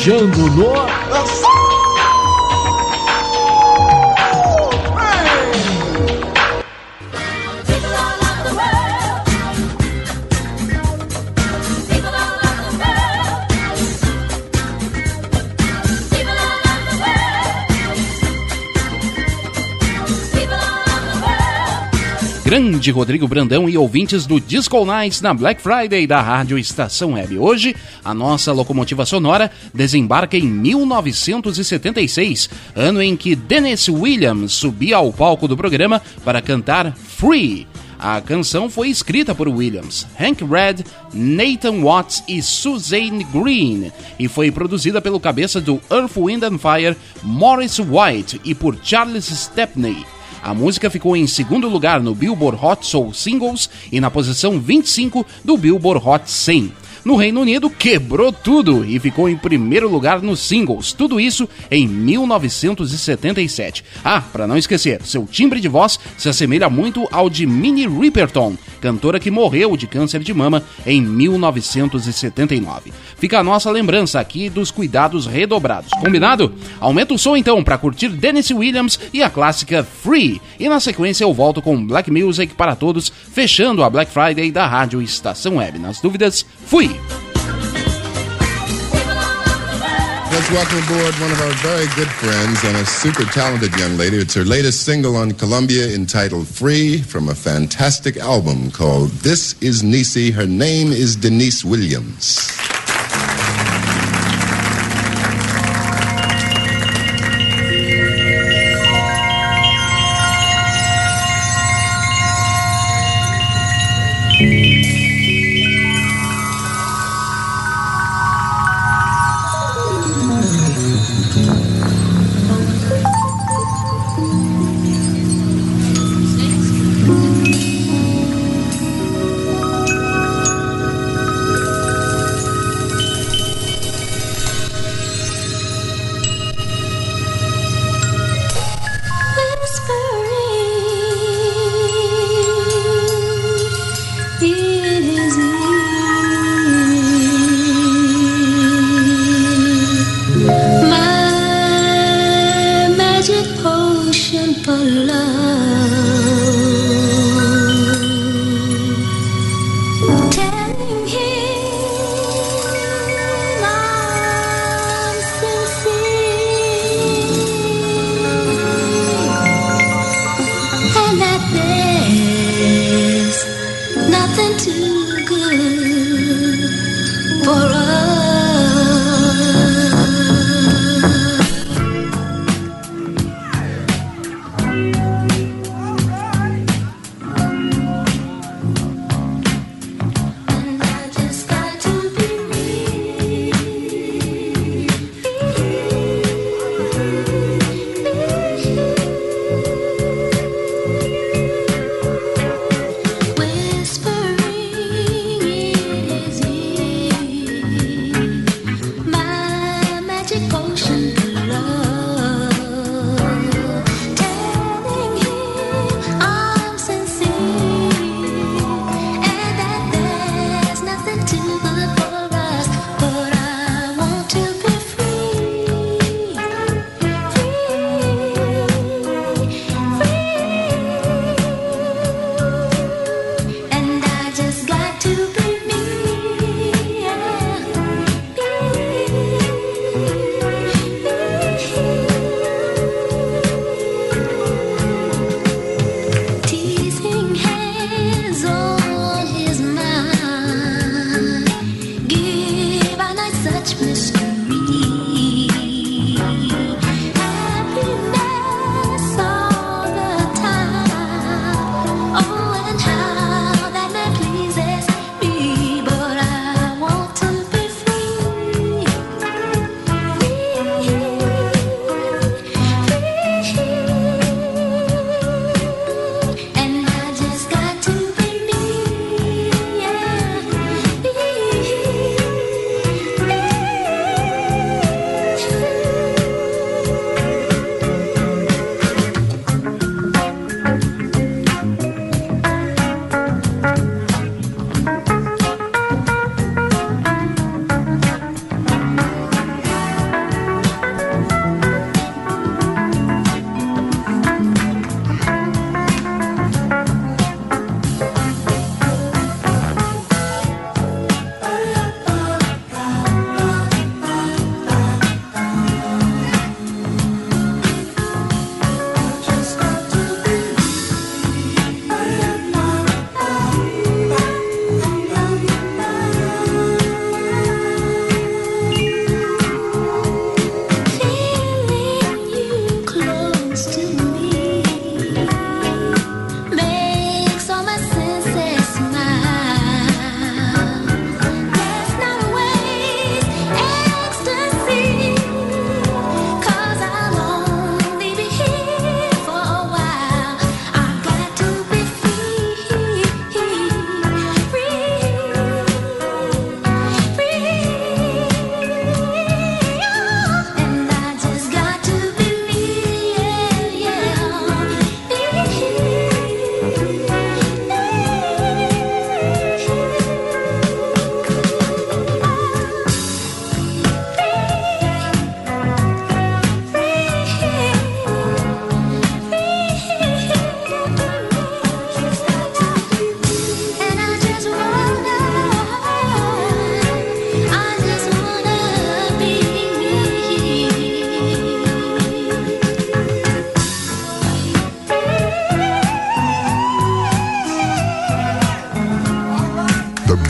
Speaker 2: viajando no...
Speaker 13: Grande Rodrigo Brandão e ouvintes do Disco Nights na Black Friday da Rádio Estação Web. Hoje, a nossa locomotiva sonora desembarca em mil novecentos e setenta e seis, ano em que Dennis Williams subia ao palco do programa para cantar Free. A canção foi escrita por Williams, Hank Reid, Nathan Watts e Suzanne Green e foi produzida pelo cabeça do Earth, Wind and Fire, Maurice White, e por Charles Stepney. A música ficou em segundo lugar no Billboard Hot Soul Singles e na posição vinte e cinco do Billboard Hot cem. No Reino Unido, quebrou tudo e ficou em primeiro lugar nos singles. Tudo isso em mil novecentos e setenta e sete. Ah, para não esquecer, seu timbre de voz se assemelha muito ao de Minnie Riperton, cantora que morreu de câncer de mama em mil novecentos e setenta e nove. Fica a nossa lembrança aqui dos cuidados redobrados. Combinado? Aumenta o som então para curtir Dennis Williams e a clássica Free. E na sequência eu volto com Black Music para todos, fechando a Black Friday da Rádio Estação Web. Nas dúvidas, fui!
Speaker 16: Let's welcome aboard one of our very good friends and a super talented young lady. It's her latest single on Columbia entitled Free from a fantastic album called This Is Niecy. Her name is Denise Williams.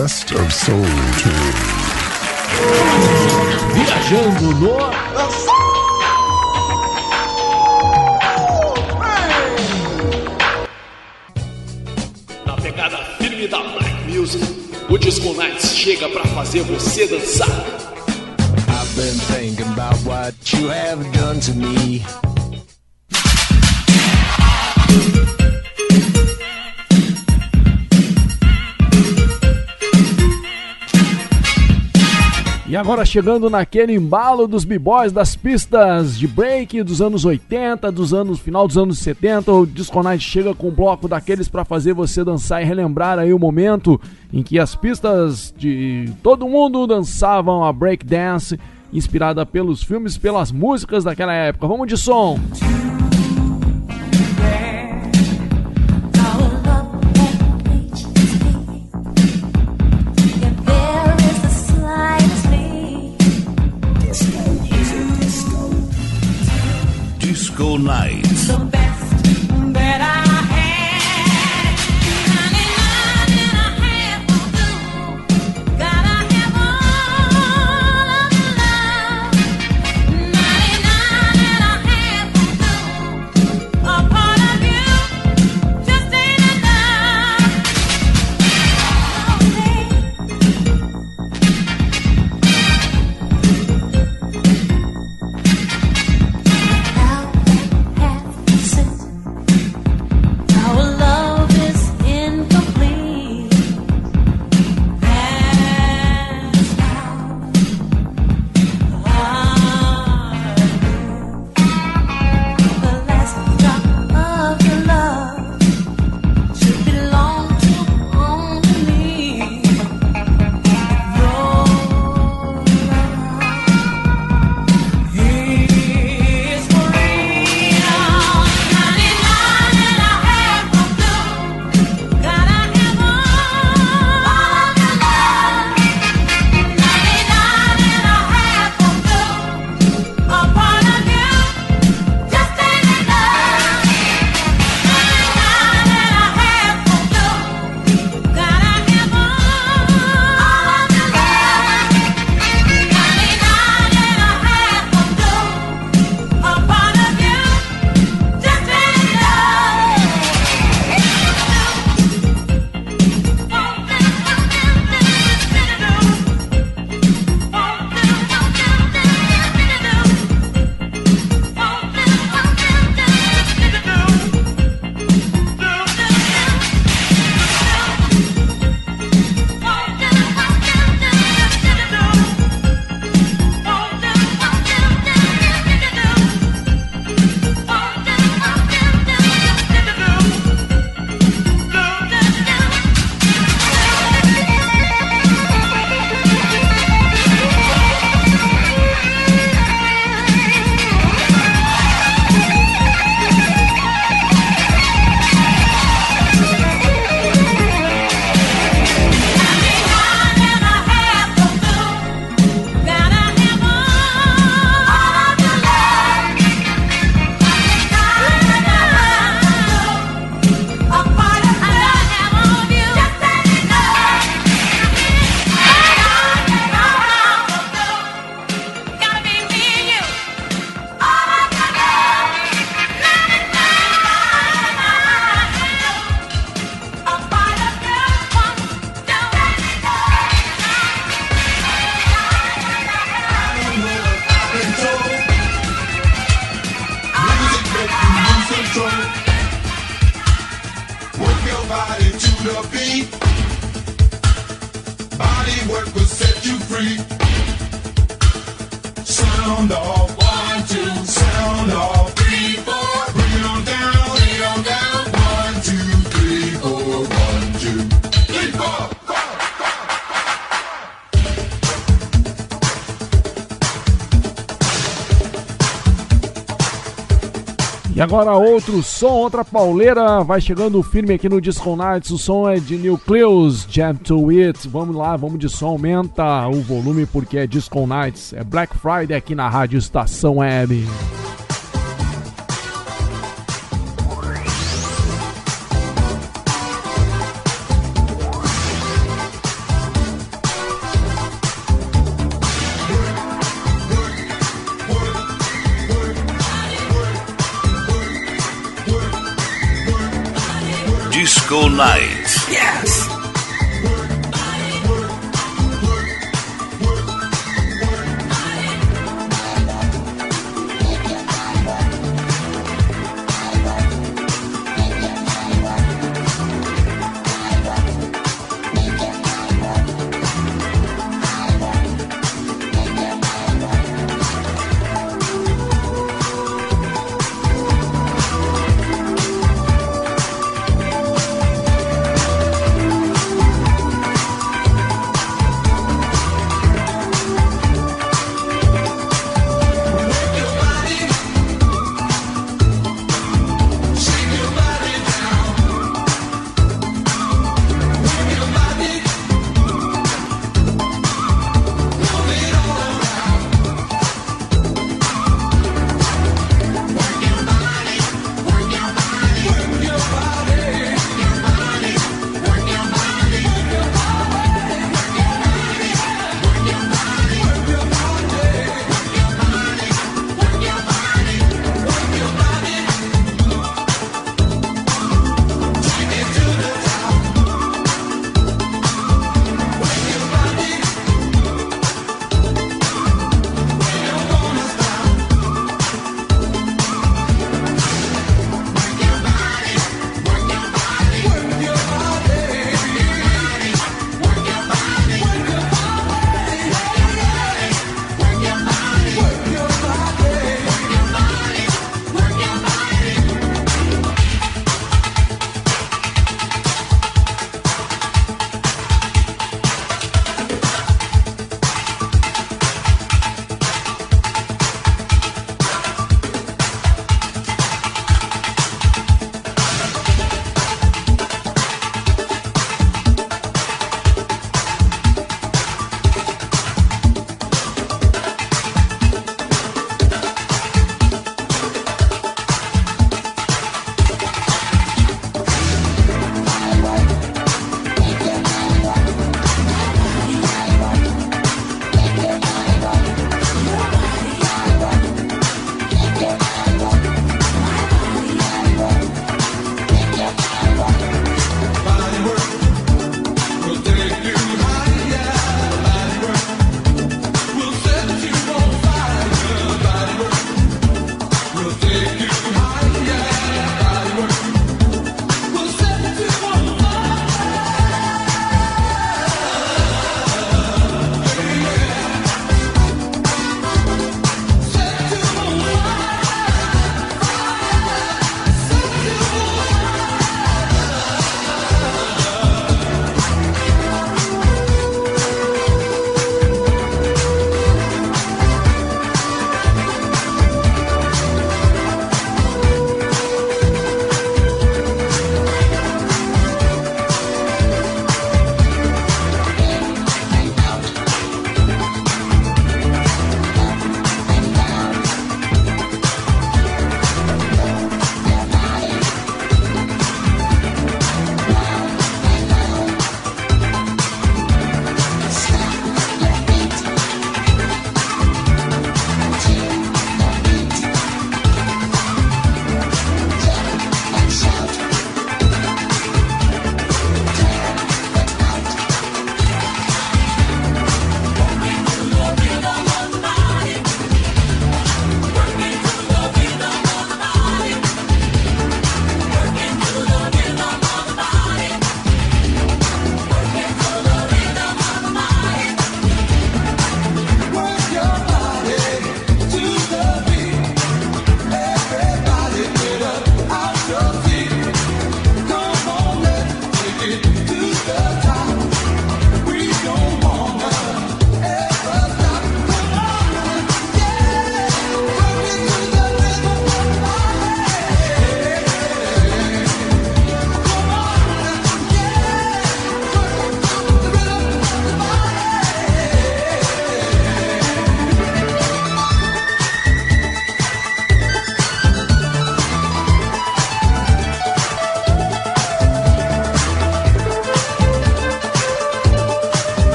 Speaker 16: best of soul tunes.
Speaker 2: Viajando no...
Speaker 5: Na pegada firme da Black Music, o Disco Nights chega pra fazer você dançar.
Speaker 10: I've been thinking about what you have done to me.
Speaker 2: E agora chegando naquele embalo dos b-boys, das pistas de break dos anos oitenta, dos anos final dos anos setenta, o Disco Night chega com um bloco daqueles para fazer você dançar e relembrar aí o momento em que as pistas de todo mundo dançavam a break dance, inspirada pelos filmes, pelas músicas daquela época. Vamos de som!
Speaker 3: Disco Nights.
Speaker 4: The best that I had, ninety-nine and a half will do. Gotta have all of the love. ninety-nine and a half will do. A part of you just ain't enough. Our love is incomplete. That's how I knew. The last drop of your love should belong to only me. Your love is for real. ninety-nine and a half will do. Gotta have all of your love. ninety-nine and a half will do. A part of you just ain't enough. ninety-nine and a half will do. Gotta have all of your love. ninety-nine and a half will do. A part of you just ain't
Speaker 17: Work your body to the beat. Body work will set you free. Sound off, one, two, sound off, three, four. Bring it on down, bring it on down. One, two, three, four, one, two, three, four.
Speaker 2: E agora outro som, outra pauleira, vai chegando firme aqui no Disco Nights. O som é de Nucleus, Jam to It. Vamos lá, vamos de som, aumenta o volume porque é Disco Nights. É Black Friday aqui na Rádio Estação Web.
Speaker 3: Disco Night.
Speaker 18: Yes.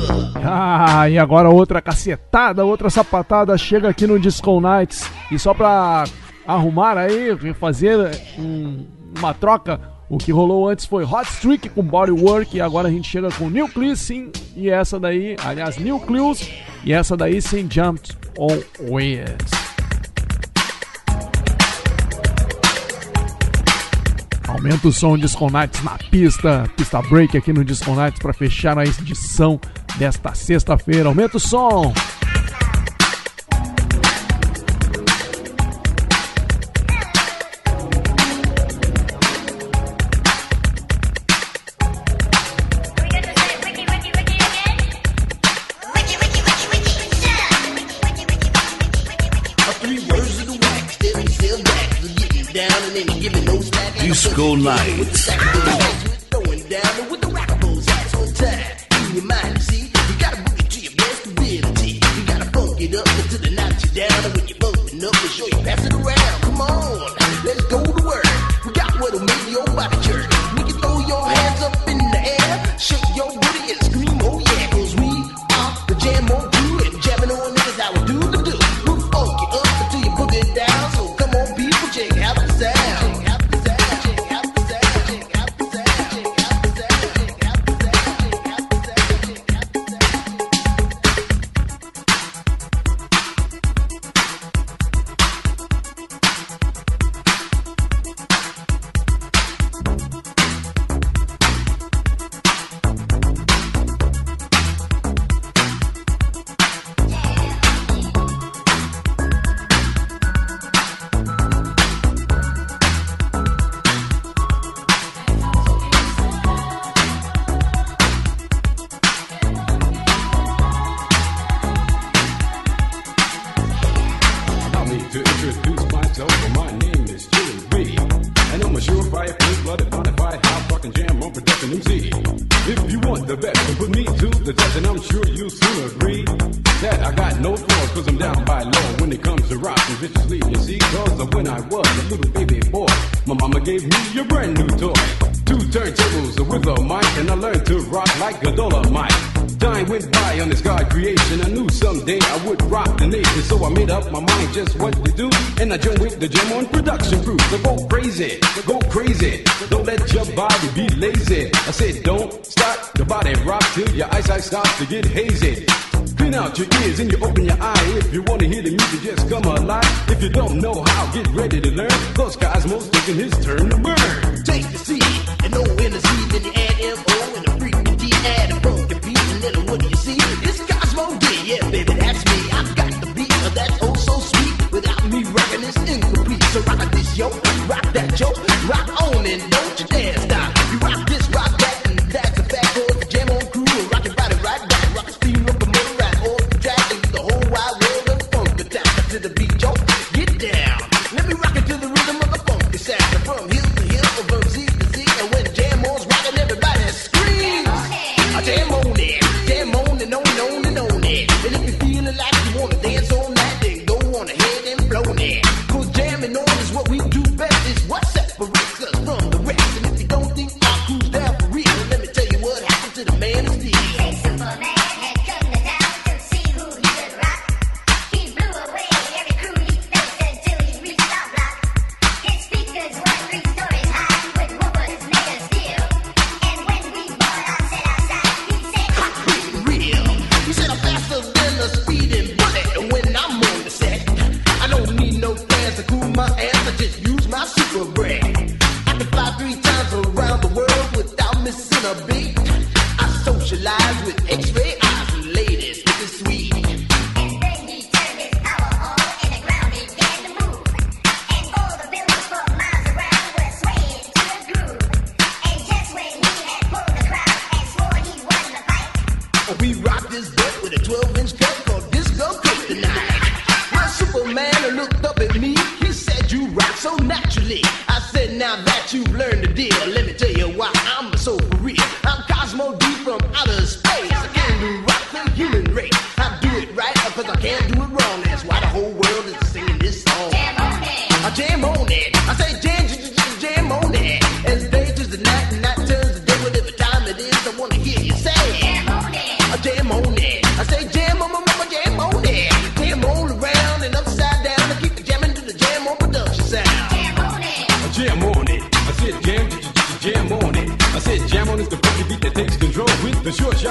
Speaker 2: Ah, e agora outra cacetada, outra sapatada chega aqui no Disco Nights. E só pra arrumar aí, fazer um, uma troca, o que rolou antes foi Hot Streak com Bodywork. E agora a gente chega com Nucleus, sim. E essa daí, aliás, Nucleus. E essa daí, sim, Jumped on Wheels. Aumenta o som Disco Nights na pista, pista break aqui no Disco Nights para fechar a edição desta sexta-feira. Aumenta o som!
Speaker 3: Disco Nights.
Speaker 7: Throwing down with the rockables hats on time. In your mind, you see, you gotta bring it to your best ability. You gotta funk it up until they knock you down. And when you're bumping up, make sure you pass it around. Come on, let's go to work. We got what'll make your body jerk. Make you throw your hands up in the air, shake your booty and scream, oh yeah. Cause we are the jam on crew and jamming on niggas how we do the do. We'll funk you up until you book it down. So come on, people, check out the sound.
Speaker 18: And I joined with the jam on production crew. So go crazy, go crazy. Don't let your body be lazy. I said don't stop the body rock till your eyesight starts to get hazy. Clean out your ears and you open your eye. If you want to hear the music, just come alive. If you don't know how, get ready to learn. Cause Cosmo's taking his turn to burn.
Speaker 7: Take the C and O in the C, then you add M O and the freaking D, add a funky beat, and then what do you see? It's Cosmo D, yeah baby, that's me. I've got the beat, that's oh so sweet. Without me rocking it's incomplete. So rock this yo, rock that yo, rock on and don't you dare stop. You rock this, rock that, and that's a fact. Cause the jam on crew will rock your body right back. Rock the steam, rock the motor, right off the track, and the whole wide world of funk attack. To the beat, yo, get down. Let me rock it to the rhythm of the funky sound. From hill to hill, from Z to Z, and when jam on's rocking, everybody screams. I jam on it, jam on and on and on and on it. And if you're feeling like you wanna dance on that, then go on ahead and blow it. Cause jamming on is what we do best. It's what separates us from the rest. And if you don't think our crew's down for real, let me tell you what happened to the man of steel. Hey, Superman had come to town to see who he could rock. He blew away every crew he faced until he reached our block. His speakers were three stories high with woofers made of steel. And when we bought our set outside, he said, hot, real. He said I'm faster than a speeding bullet. And when I'm on the set, I don't need no fans to cool my ass. I just use my super brain. I can fly three times around the world without missing a beat. I socialize with X-ray eyes and ladies with the sweet. And then he turned his power on and the ground began to move. And all the buildings for miles around were swaying to the groove. And just when he had pulled the crowd and swore he won the fight, we rocked this bit with a twelve inch cut called Disco Kryptonite. My Superman looked up at me, he said you rock so naturally. I said now that you've learned the deal, let me tell you why I'm so for real. I'm Cosmo D from outer space. I can do rock the human race. I do it right because I can't do it wrong. That's why the whole world is singing this song. Jam on it. I jam on it. I say jam, jam, jam, jam on it. As day turns to night and night turns to day, whatever time it is, I want to hear you say. Jam on it. I jam on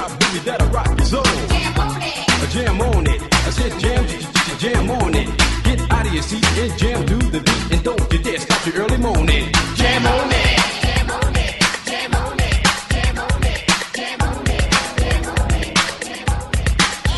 Speaker 18: hip-hop boogie that'll rock your soul. Jam on it. Jam on it. I said jam, j- j- jam on it. Get out of your seat and jam to the beat. And don't you dare stop your early morning. Jam on it. Jam on it. Jam on it. Jam on it. Jam on it. Jam on it. Jam on it.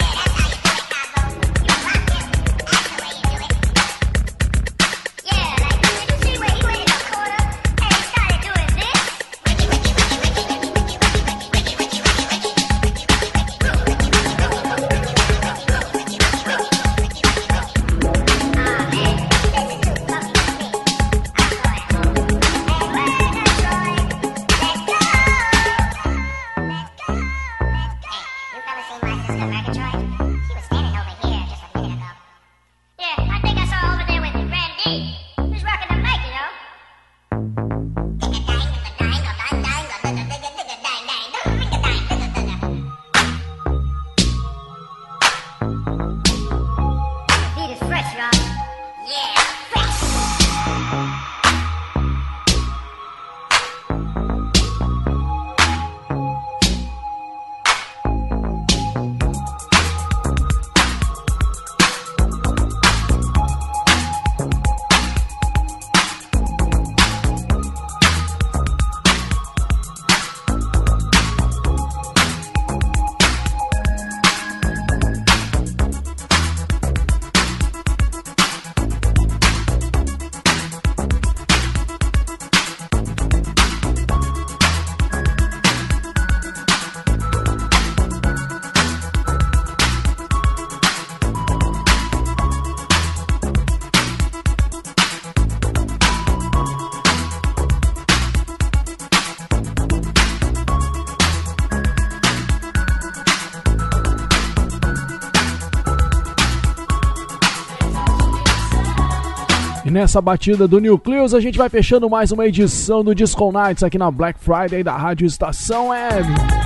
Speaker 2: E nessa batida do Nucleus a gente vai fechando mais uma edição do Disco Nights aqui na Black Friday da Rádio Estação Web.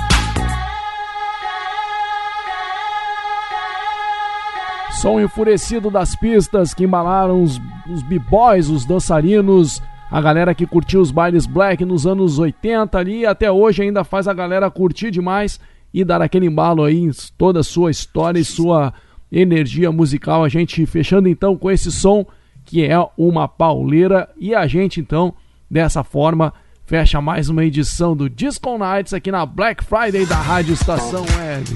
Speaker 2: Som enfurecido das pistas que embalaram os, os b-boys, os dançarinos, a galera que curtiu os bailes black nos anos oitenta ali e até hoje ainda faz a galera curtir demais e dar aquele embalo aí em toda a sua história e sua energia musical. A gente fechando então com esse som que é uma pauleira e a gente então dessa forma fecha mais uma edição do Disco Nights aqui na Black Friday da Rádio Estação Web.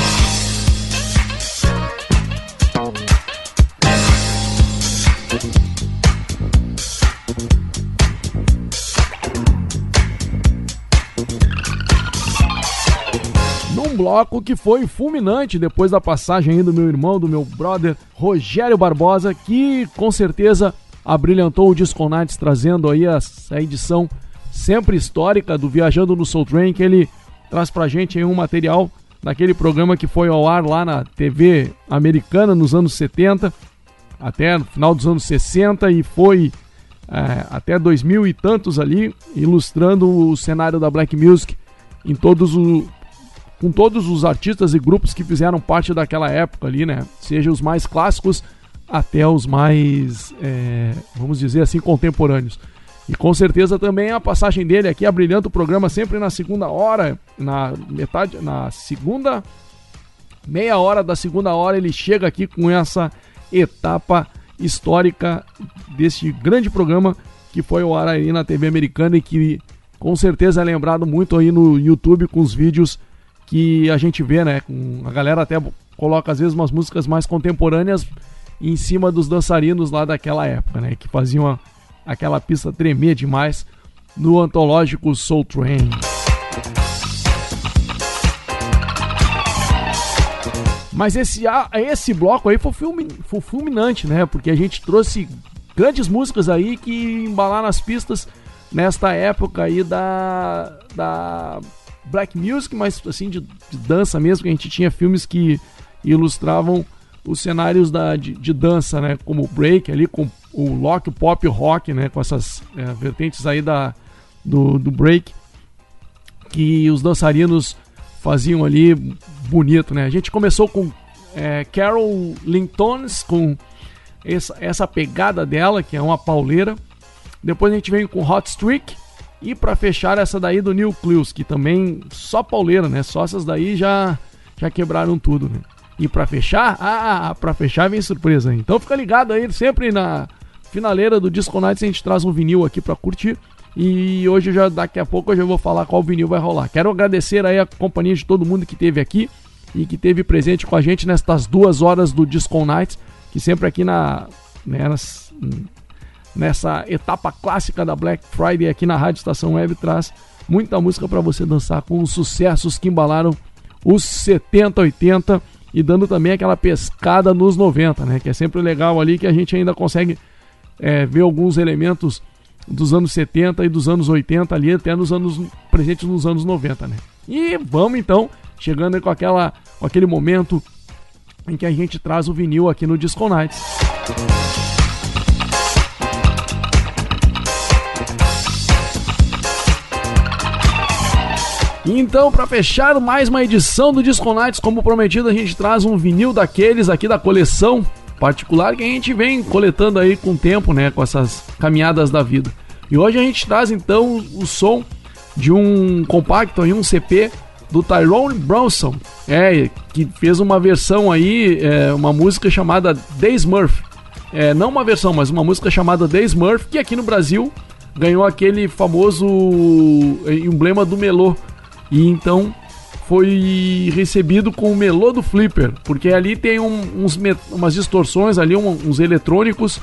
Speaker 2: Num bloco que foi fulminante depois da passagem aí do meu irmão, do meu brother Rogério Barbosa, que com certeza abrilhantou o Disco Nights, trazendo aí a, a edição sempre histórica do Viajando no Soul Train, que ele traz pra gente aí um material daquele programa que foi ao ar lá na T V americana nos anos setenta, até no final dos anos sessenta e foi é, até dois mil e tantos ali, ilustrando o cenário da Black Music em todos o, com todos os artistas e grupos que fizeram parte daquela época ali, né? Seja os mais clássicos até os mais, é, vamos dizer assim, contemporâneos. E com certeza também a passagem dele aqui abrilhanta o programa sempre na segunda hora, na metade, na segunda, meia hora da segunda hora ele chega aqui com essa etapa histórica deste grande programa que foi ao ar aí na T V americana e que com certeza é lembrado muito aí no YouTube com os vídeos que a gente vê, né? Com a galera até coloca às vezes umas músicas mais contemporâneas em cima dos dançarinos lá daquela época, né? Que faziam a, aquela pista tremer demais no antológico Soul Train. Mas esse, esse bloco aí foi, fulmin, foi fulminante, né? Porque a gente trouxe grandes músicas aí que embalaram as pistas nesta época aí da... da Black Music, mas assim de, de dança mesmo, que a gente tinha filmes que ilustravam os cenários da, de, de dança, né, como o break ali, com o lock, o pop, o rock, né, com essas é, vertentes aí da, do, do break que os dançarinos faziam ali bonito, né. A gente começou com é, Carol Lintones, com essa, essa pegada dela, que é uma pauleira. Depois a gente veio com Hot Streak, E pra fechar, essa daí do Nucleus, que também só pauleira, né? Só essas daí já, já quebraram tudo, né? E pra fechar, ah, pra fechar vem surpresa, hein? Então fica ligado aí, sempre na finaleira do Disco Nights a gente traz um vinil aqui pra curtir. E hoje, já daqui a pouco, eu já vou falar qual vinil vai rolar. Quero agradecer aí a companhia de todo mundo que esteve aqui e que esteve presente com a gente nestas duas horas do Disco Nights, que sempre aqui na, né, nas, nessa etapa clássica da Black Friday aqui na Rádio Estação Web traz muita música para você dançar com os sucessos que embalaram os setenta, oitenta e dando também aquela pescada nos noventa, né? Que é sempre legal ali que a gente ainda consegue é, ver alguns elementos dos anos setenta e dos anos oitenta ali, até nos anos presentes nos anos noventa, né? E vamos então, chegando aí com, aquela, com aquele momento em que a gente traz o vinil aqui no Disco Nights. Então, para fechar mais uma edição do Disco Nights, como prometido, a gente traz um vinil daqueles aqui da coleção particular que a gente vem coletando aí com o tempo, né, com essas caminhadas da vida. E hoje a gente traz então o som de um compacto aí, um C P do Tyrone Brunson, é, que fez uma versão aí, é, uma música chamada The Smurf. É, não uma versão, mas uma música chamada The Smurf, que aqui no Brasil ganhou aquele famoso emblema do Melô. E então foi recebido com o Melô do Flipper, porque ali tem um, uns, umas distorções ali, um, uns eletrônicos,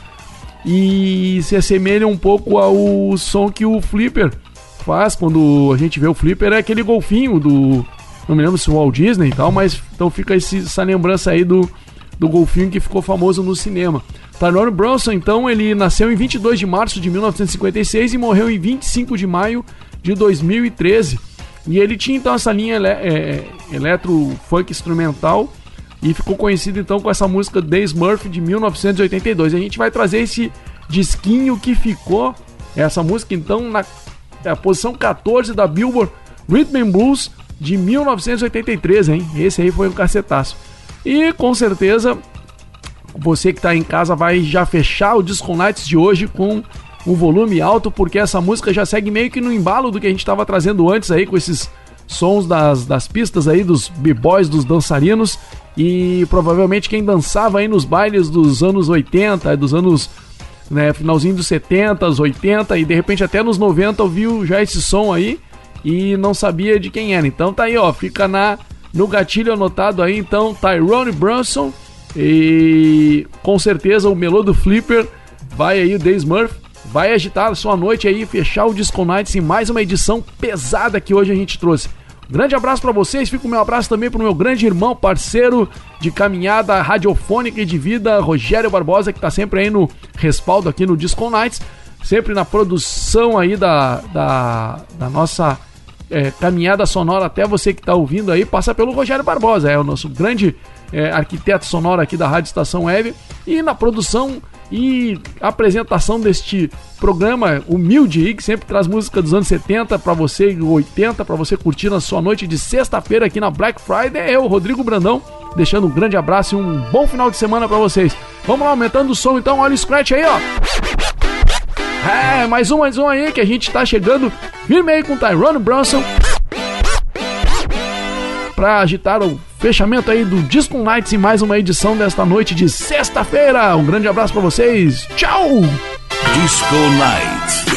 Speaker 2: e se assemelha um pouco ao som que o Flipper faz quando a gente vê o Flipper, é aquele golfinho do... não me lembro se o Walt Disney e tal, mas então fica esse, essa lembrança aí do, do golfinho que ficou famoso no cinema. Tyrone Brunson, então, ele nasceu em vinte e dois de março de mil novecentos e cinquenta e seis e morreu em vinte e cinco de maio de dois mil e treze. E ele tinha então essa linha ele- é, eletro-funk instrumental e ficou conhecido então com essa música The Smurf de mil novecentos e oitenta e dois. A gente vai trazer esse disquinho que ficou, essa música então na é, posição catorze da Billboard Rhythm and Blues de mil novecentos e oitenta e três, hein? Esse aí foi um cacetaço. E com certeza você que está em casa vai já fechar o Disco Nights de hoje com um volume alto, porque essa música já segue meio que no embalo do que a gente estava trazendo antes aí, com esses sons das, das pistas aí, dos b-boys, dos dançarinos, e provavelmente quem dançava aí nos bailes dos anos oitenta, dos anos, né, finalzinho dos setenta, oitenta e de repente até nos noventa ouviu já esse som aí e não sabia de quem era. Então tá aí, ó, fica na, no gatilho anotado aí, então, Tyrone Brunson, e com certeza o Melô do Flipper vai aí, o The Smurf, vai agitar a sua noite aí e fechar o Disco Nights em mais uma edição pesada que hoje a gente trouxe. Um grande abraço pra vocês, fica o meu abraço também pro meu grande irmão, parceiro de caminhada radiofônica e de vida, Rogério Barbosa, que tá sempre aí no respaldo aqui no Disco Nights, sempre na produção aí da, da, da nossa é, caminhada sonora. Até você que tá ouvindo aí, passa pelo Rogério Barbosa, é o nosso grande é, arquiteto sonoro aqui da Rádio Estação Web, e na produção e apresentação deste programa humilde aí, que sempre traz música dos anos setenta pra você, oitenta, pra você curtir na sua noite de sexta-feira aqui na Black Friday. É eu, Rodrigo Brandão, deixando um grande abraço e um bom final de semana pra vocês. Vamos lá, aumentando o som então, olha o scratch aí, ó. É, mais um, mais um aí, que a gente tá chegando firme aí com o Tyrone Brunson pra agitar o fechamento aí do Disco Nights em mais uma edição desta noite de sexta-feira. Um grande abraço pra vocês. Tchau!
Speaker 3: Disco Nights.